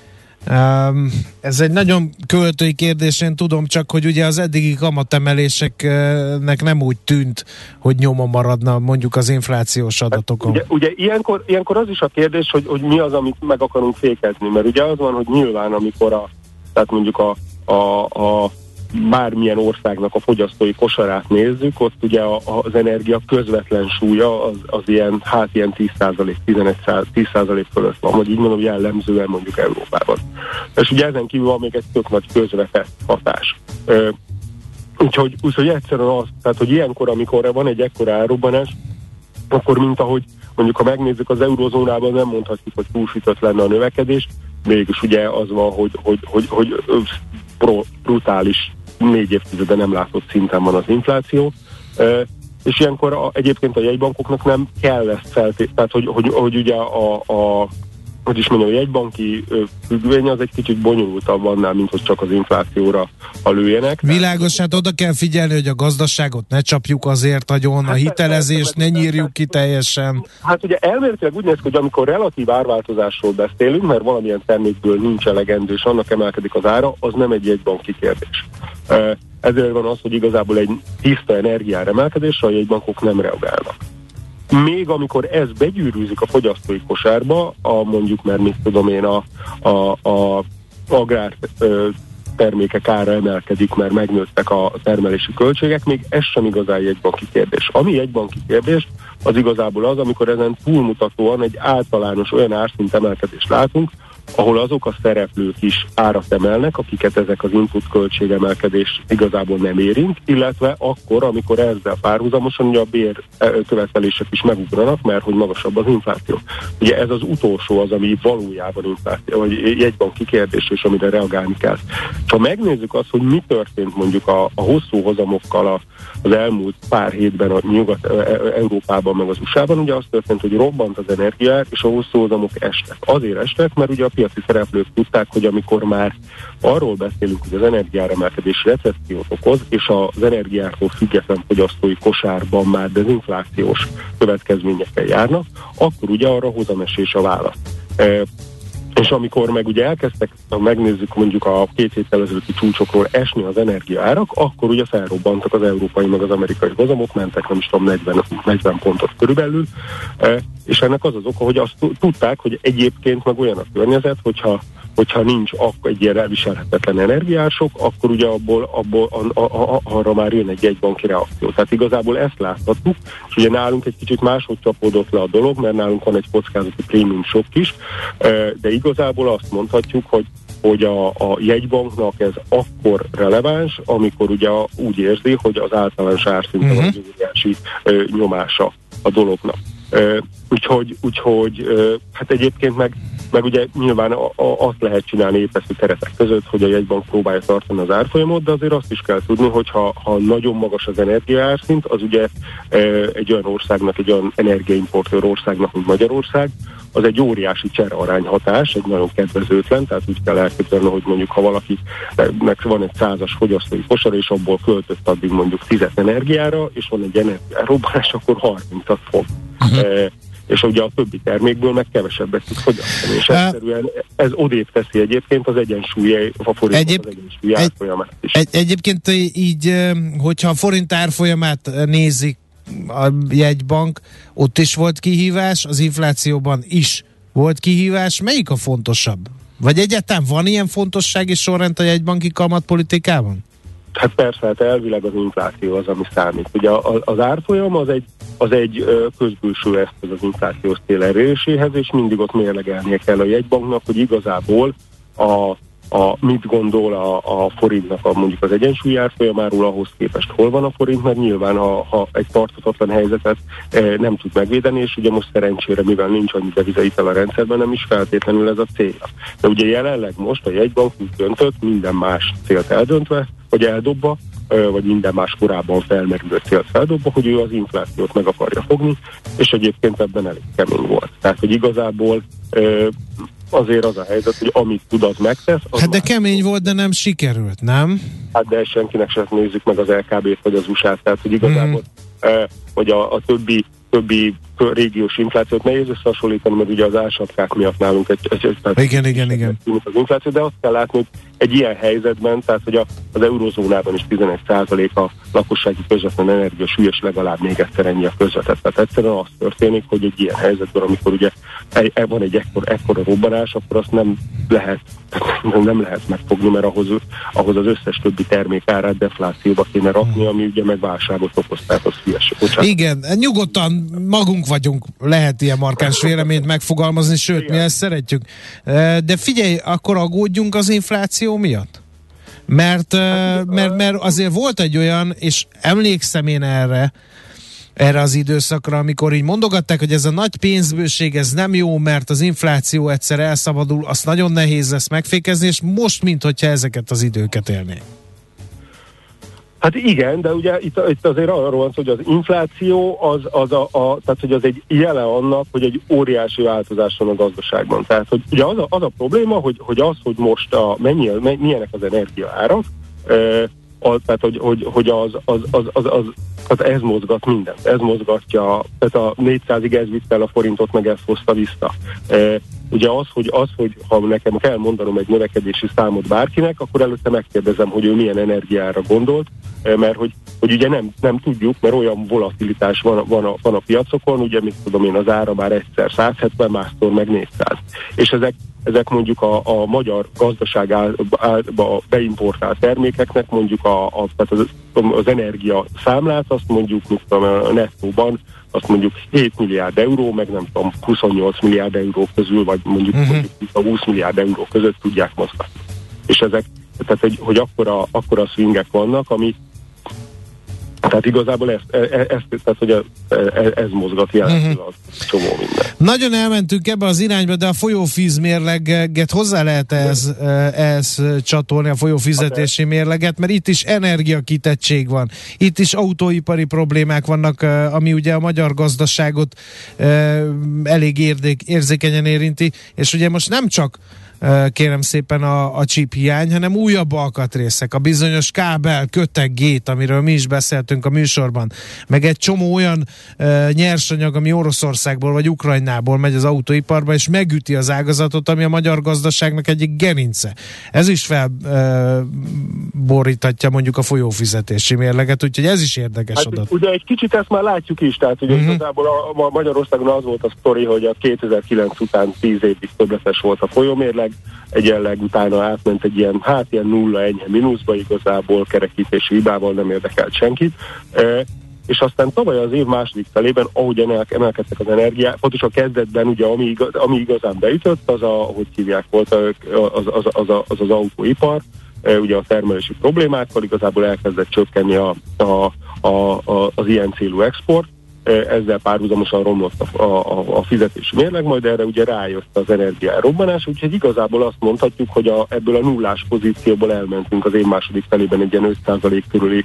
Ez egy nagyon költői kérdés, én tudom, csak hogy ugye az eddigi kamatemeléseknek nem úgy tűnt, hogy nyoma maradna mondjuk az inflációs adatokon. Hát ugye ilyenkor az is a kérdés, hogy mi az, amit meg akarunk fékezni, mert ugye az van, hogy nyilván amikor tehát mondjuk a bármilyen országnak a fogyasztói kosarát nézzük, ott ugye az energia közvetlen súlya az ilyen 10%, 10% fölött van, vagy így mondom, jellemzően mondjuk Európában. És ugye ezen kívül van még egy tök nagy közvetett hatás. Úgyhogy egyszerűen az, tehát hogy ilyenkor, amikor van egy ekkora árrobbanás, akkor mint ahogy mondjuk, ha megnézzük az eurozónában, nem mondhatjuk, hogy túlsütött lenne a növekedés, mégis ugye az van, hogy brutális 4 évtizede nem látott szinten van az infláció, és ilyenkor egyébként a jegybankoknak nem kell ezt tehát hogy ugye hogy is mondjam, a jegybanki függvény az egy kicsit bonyolultabb annál, mint hogy csak az inflációra lőjenek. Világos, hát oda kell figyelni, hogy a gazdaságot ne csapjuk azért nagyon, a hitelezést ne nyírjuk ki teljesen. Hát ugye elméletileg úgy néz ki, hogy amikor relatív árváltozásról beszélünk, mert valamilyen termékből nincs elegendő, és annak emelkedik az ára, az nem egy jegybanki kérdés. Ezért van az, hogy igazából egy tiszta energiár emelkedésre a jegybankok nem reagálnak. Még amikor ez begyűrűzik a fogyasztói kosárba, mondjuk, mert mit tudom én, a agrár termékek ára emelkedik, mert megnőttek a termelési költségek, még ez sem igazán jegybanki kérdés. Ami jegybanki kérdés, az igazából az, amikor ezen túlmutatóan egy általános olyan árszint emelkedést látunk, ahol azok a szereplők is árat emelnek, akiket ezek az input költségemelkedés igazából nem érint, illetve akkor, amikor ezzel párhuzamosan ugye a bér követelések is megugranak, mert hogy magasabb az infláció. Ugye ez az utolsó az, ami valójában infláció, vagy jegybanki kérdés, és amire reagálni kell. Ha megnézzük azt, hogy mi történt mondjuk a hosszú hozamokkal az elmúlt pár hétben a Nyugat-Európában, meg az USA-ban, ugye az történt, hogy robbant az energiaár, és a hosszú hozamok estek. Azért estek, mert ugye a piaci szereplők tudták, hogy amikor már arról beszélünk, hogy az energiáremelkedés recessziót okoz, és az energiától független fogyasztói kosárban már dezinflációs következményekkel járnak, akkor ugye arra hozamesés a válasz. És amikor meg ugye elkezdtek, megnézzük mondjuk a 2 héttel ezelőtti csúcsokról esni az energiaárak, akkor ugye felrobbantak az európai meg az amerikai hozamok, mentek nem is tudom 40 pontot körülbelül, és ennek az oka, hogy azt tudták, hogy egyébként meg olyan a környezet, hogyha nincs egy ilyen elviselhetetlen energiások, akkor ugye abból arra már jön egy jegybanki reakció. Tehát igazából ezt láthatjuk, és ugye nálunk egy kicsit máshogy csapódott le a dolog, mert nálunk van egy kockázati prémium sok is, de igazából azt mondhatjuk, hogy a jegybanknak ez akkor releváns, amikor ugye úgy érzi, hogy az általános árszinten van egy óriási nyomása a dolognak. Úgyhogy hát egyébként meg ugye nyilván azt lehet csinálni épeszű keretek között, hogy a jegybank próbálja tartani az árfolyamot, de azért azt is kell tudni, hogy ha nagyon magas az energiaárszint, az ugye egy olyan országnak, egy olyan energiaimportőr országnak, mint Magyarország, az egy óriási cserearányhatás, egy nagyon kedvezőtlen, tehát úgy kell elképzelni, hogy mondjuk ha valakinek van egy 100-as fogyasztói kosara, és abból költött addig mondjuk 10 energiára, és van egy energiárobbanás, akkor 30-at fog. És ugye a többi termékből meg kevesebbet tud fogyasztani. És egyszerűen ez odébb teszi egyébként az egyensúly, a forintnak az egyensúly árfolyamát is. Egyébként így, hogyha a forint árfolyamát nézik a jegybank, ott is volt kihívás, az inflációban is volt kihívás. Melyik a fontosabb? Vagy egyáltalán van ilyen fontossági sorrend a jegybanki kamatpolitikában? Hát persze, hát elvileg az infláció az, ami számít. Ugye az árfolyam az egy közbülső eszköz az inflációs cél eléréséhez, és mindig ott mérlegelnie kell a jegybanknak, hogy igazából mit gondol a forintnak mondjuk az egyensúly árfolyamáról, ahhoz képest hol van a forint, mert nyilván ha egy tarthatatlan helyzetet nem tud megvédeni, és ugye most szerencsére, mivel nincs annyi devizaital a rendszerben, nem is feltétlenül ez a célja. De ugye jelenleg most a jegybank úgy döntött, minden más célt eldöntve, vagy eldobva, vagy minden más korábban felmerülő célt feldobva, hogy ő az inflációt meg akarja fogni, és egyébként ebben elég kemény volt. Tehát, hogy igazából azért az a helyzet, hogy amit tud, az megtesz. Az hát de kemény volt, de nem sikerült, nem? Hát de senkinek sem nézzük meg az LKB-t vagy az USA-t, tehát hogy igazából vagy a többi régiós inflációt nehéz összehasonlítani, mert ugye az álsapkák miatt nálunk igen. Az infláció, de azt kell látni, hogy egy ilyen helyzetben, tehát hogy az eurozónában is 11% a lakossági közvetlen energia súlyos, legalább még egyszer ennyi a közvetett. Tehát egyszerűen az történik, hogy egy ilyen helyzetben, amikor ugye van egy ekkora robbanás, akkor azt nem lehet megfogni, mert ahhoz az összes többi termék árát deflációba kéne rakni, ami ugye meg válságot okoz, tehát az hülyeség. Igen, nyugodtan magunk vagyunk, lehet ilyen markáns véleményt megfogalmazni, sőt, mi ezt szeretjük. De figyelj, akkor aggódjunk az infláció miatt? Mert azért volt egy olyan, és emlékszem én erre az időszakra, amikor így mondogatták, hogy ez a nagy pénzbőség, ez nem jó, mert az infláció egyszer elszabadul, azt nagyon nehéz lesz megfékezni, és most, minthogyha ezeket az időket élnék. Hát igen, de ugye itt azért arról van, hogy az infláció tehát hogy az egy jele annak, hogy egy óriási változás van a gazdaságban. Tehát hogy ugye az a probléma, hogy most milyenek az energiaárak, tehát hogy ez mozgat mindent. Ez mozgatja, tehát a 400-ig ez vitte el a forintot, meg ezt hozta vissza. Ugye az, hogy ha nekem kell mondanom egy növekedési számot bárkinek, akkor előtte megkérdezem, hogy ő milyen energiára gondolt, mert hogy ugye nem tudjuk, mert olyan volatilitás van a piacokon, ugye mit tudom én, az ára már egyszer 170, másszor meg 400. És ezek mondjuk a magyar gazdaságba beimportált termékeknek mondjuk tehát az energia számlát, azt mondjuk mit tudom, a nettóban azt mondjuk 7 milliárd euró, meg nem tudom, 28 milliárd euró közül, vagy mondjuk 20 milliárd euró között tudják mozgatni. És ezek, tehát hogy akkora swingek vannak, ami tehát igazából ez mozgat jelenleg a csomó minden. Nagyon elmentünk ebbe az irányba, de a folyóvíz mérleget hozzá lehet ehhez csatolni, a folyófizetési mérleget, mert itt is energiakitettség van. Itt is autóipari problémák vannak, ami ugye a magyar gazdaságot elég érzékenyen érinti, és ugye most nem csak kérem szépen a chip hiány, hanem újabb alkatrészek, a bizonyos kábel, köteg, gét, amiről mi is beszéltünk a műsorban, meg egy csomó olyan nyersanyag, ami Oroszországból vagy Ukrajnából megy az autóiparba, és megüti az ágazatot, ami a magyar gazdaságnak egyik gerince. Ez is felborítatja mondjuk a folyófizetési mérleget, úgyhogy ez is érdekes adat. Ugye egy kicsit ezt már látjuk is, tehát ugye igazából a Magyarországon az volt a sztori, hogy a 2009 után 10 évig többletes volt a folyómérleg, egyenleg utána átment egy ilyen nulla enyhe mínuszba, igazából kerekítési hibával nem érdekelt senkit. És aztán tavaly az év második felében, ahogy emelkedtek az energiák, pontosan a kezdetben ugye ami igazán beütött, ahogy hívják volt, az autóipar, ugye a termelési problémákkal igazából elkezdett csökkenni az ilyen célú export, ezzel párhuzamosan romlott a fizetési mérleg, majd erre ugye rájött az energiárobbanás, úgyhogy igazából azt mondhatjuk, hogy ebből a nullás pozícióból elmentünk az év második felében egy ilyen 5% körüli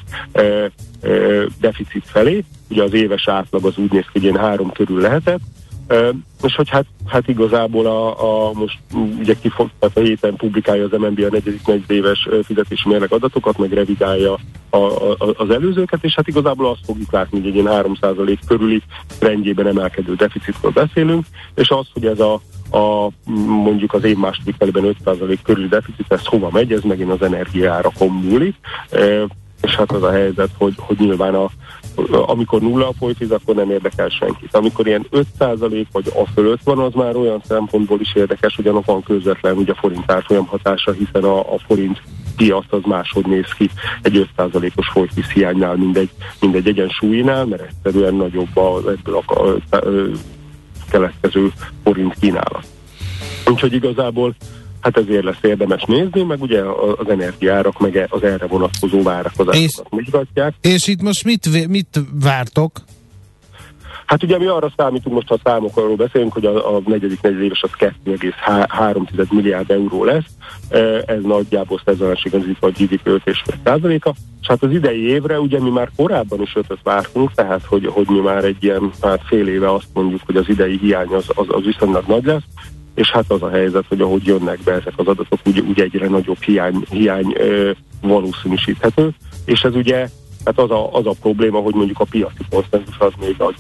deficit felé, ugye az éves átlag az úgy néz ki, hogy ilyen 3 körül lehetett, és hogy hát igazából most ugye tehát a héten publikálja az MNB a negyedik éves fizetési mérleg adatokat, meg revidálja az előzőket, és hát igazából azt fogjuk látni, hogy egy ilyen 3% körüli rendjében emelkedő deficitről beszélünk, és az, hogy ez mondjuk az év második felében 5% körüli deficit, ez hova megy, ez megint az energiaárakon múlik, és hát az a helyzet, hogy nyilván amikor nulla a folyóvíz, akkor nem érdekel senkit. Amikor ilyen 5% vagy a fölött van, az már olyan szempontból is érdekes, hogy annak van közvetlen ugye a forint árfolyam hatása, hiszen a forint piac az máshogy néz ki egy 5%-os folyóvíz hiánynál, mindegy egyensúlyinál, mert egyszerűen nagyobb ebből a keletkező forint kínálat. Úgyhogy igazából hát ezért lesz érdemes nézni, meg ugye az energiárak, meg az erre vonatkozó várakozásokat mozgatják. És itt most mit vártok? Hát ugye mi arra számítunk, most ha a számokról beszélünk, hogy a negyedik negyedéves az 2,3 milliárd euró lesz, ez nagyjából szezonánsigan a GDP 5,5%-a, és hát az idei évre ugye mi már korábban is 5-öt vártunk, tehát hogy mi már egy ilyen fél éve azt mondjuk, hogy az idei hiány az viszonylag nagy lesz, és hát az a helyzet, hogy ahogy jönnek be ezek az adatok, ugye egyre nagyobb hiány valószínűsíthető, és ez ugye hát az a probléma, hogy mondjuk a piaci konszenzus az még az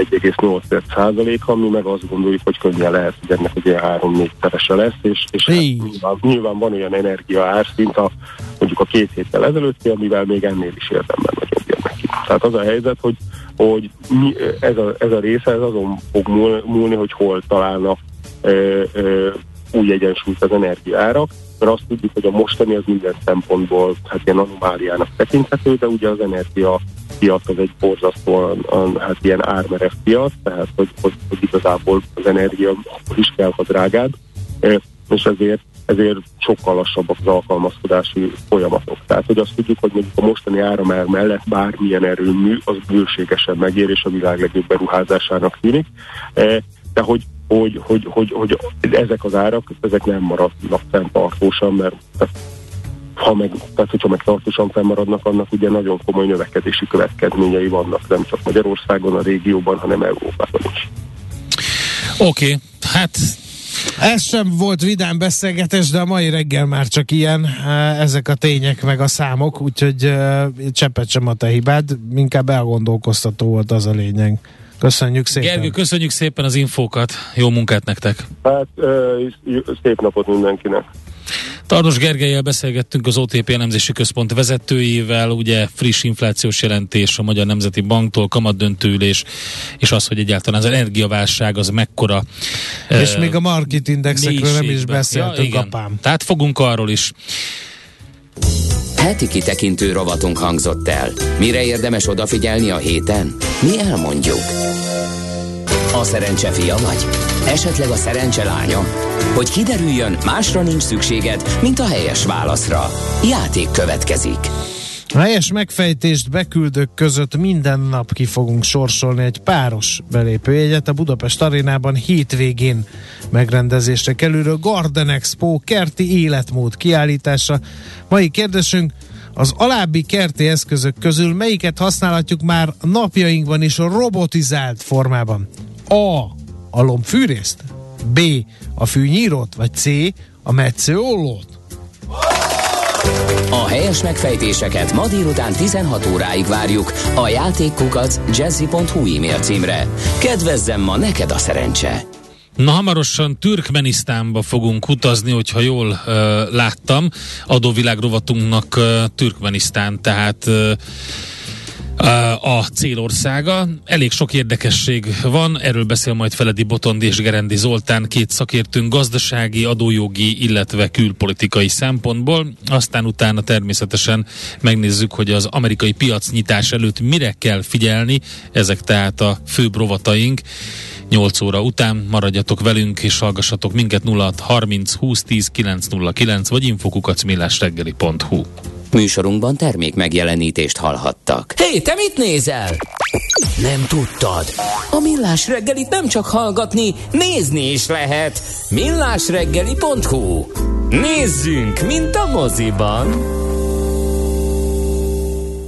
1,8%, ami meg azt gondoljuk, hogy könnyen lehet, hogy ennek ugye 3-4-szerese lesz, és hát nyilván van olyan energiaár szint mondjuk a 2 héttel ezelőtti, amivel még ennél is érdemben nagyobb jön neki. Tehát az a helyzet, hogy ez a része ez azon fog múlni, hogy hol találnak új egyensúlyt az energiaárak, mert azt tudjuk, hogy a mostani az minden szempontból hát ilyen anomáliának tekinthető, de ugye az energiapiac az egy borzasztóan hát ilyen ármerev piac, tehát hogy igazából az energia is kell, ha drágább, és ezért sokkal lassabbak az alkalmazkodási folyamatok. Tehát, hogy azt tudjuk, hogy mondjuk a mostani áramár mellett bármilyen erőmű, az bőségesen megér, és a világ legjobb beruházásának tűnik, de hogy ezek az árak, ezek nem maradnak fenntartósan, mert hogyha meg tartósan fennmaradnak, annak ugye nagyon komoly növekedési következményei vannak, nem csak Magyarországon, a régióban, hanem Európában is. Oké, hát ez sem volt vidám beszélgetés, de a mai reggel már csak ilyen, ezek a tények meg a számok, úgyhogy cseppet sem a te hibád, inkább elgondolkoztató volt az a lényeg. Köszönjük szépen. Gergő, köszönjük szépen az infókat. Jó munkát nektek. Hát szép napot mindenkinek. Tardos Gergellyel beszélgettünk, az OTP elemzési központ vezetőjével, ugye friss inflációs jelentés a Magyar Nemzeti Banktól, kamatdöntőülés, és az, hogy egyáltalán az energiaválság az mekkora. És még a market indexekről nem is beszéltünk, apám. Tehát fogunk arról is. Heti kitekintő rovatunk hangzott el. Mire érdemes odafigyelni a héten? Mi elmondjuk. A szerencse fia vagy? Esetleg a szerencse lánya? Hogy kiderüljön, másra nincs szükséged, mint a helyes válaszra. Játék következik. A helyes megfejtést beküldők között minden nap ki fogunk sorsolni egy páros belépőjegyet. A Budapest Arénában hétvégén megrendezésre kerülő Garden Expo kerti életmód kiállítása. Mai kérdésünk: az alábbi kerti eszközök közül melyiket használhatjuk már napjainkban is a robotizált formában? A lombfűrészt, B a fűnyírót, vagy C a metszőollót? A helyes megfejtéseket ma délután 16 óráig várjuk a játékkukac@jazzy.hu e-mail címre. Kedvezzem ma neked a szerencse! Na, hamarosan Türkmenisztánba fogunk utazni, hogyha jól láttam. Adóvilág rovatunknak Türkmenisztán, tehát a célországa. Elég sok érdekesség van, erről beszél majd Feledi Botondi és Gerendi Zoltán, két szakértőnk gazdasági, adójogi, illetve külpolitikai szempontból. Aztán utána természetesen megnézzük, hogy az amerikai piacnyitás előtt mire kell figyelni, ezek tehát a főbb rovataink. 8 óra után maradjatok velünk és hallgassatok minket 0630 20 10 909 vagy info@millásreggeli.hu. Műsorunkban termék megjelenítést hallhattak. Hé, te mit nézel? Nem tudtad? A Millás Reggelit nem csak hallgatni, nézni is lehet. millásreggeli.hu. Nézzünk, mint a moziban!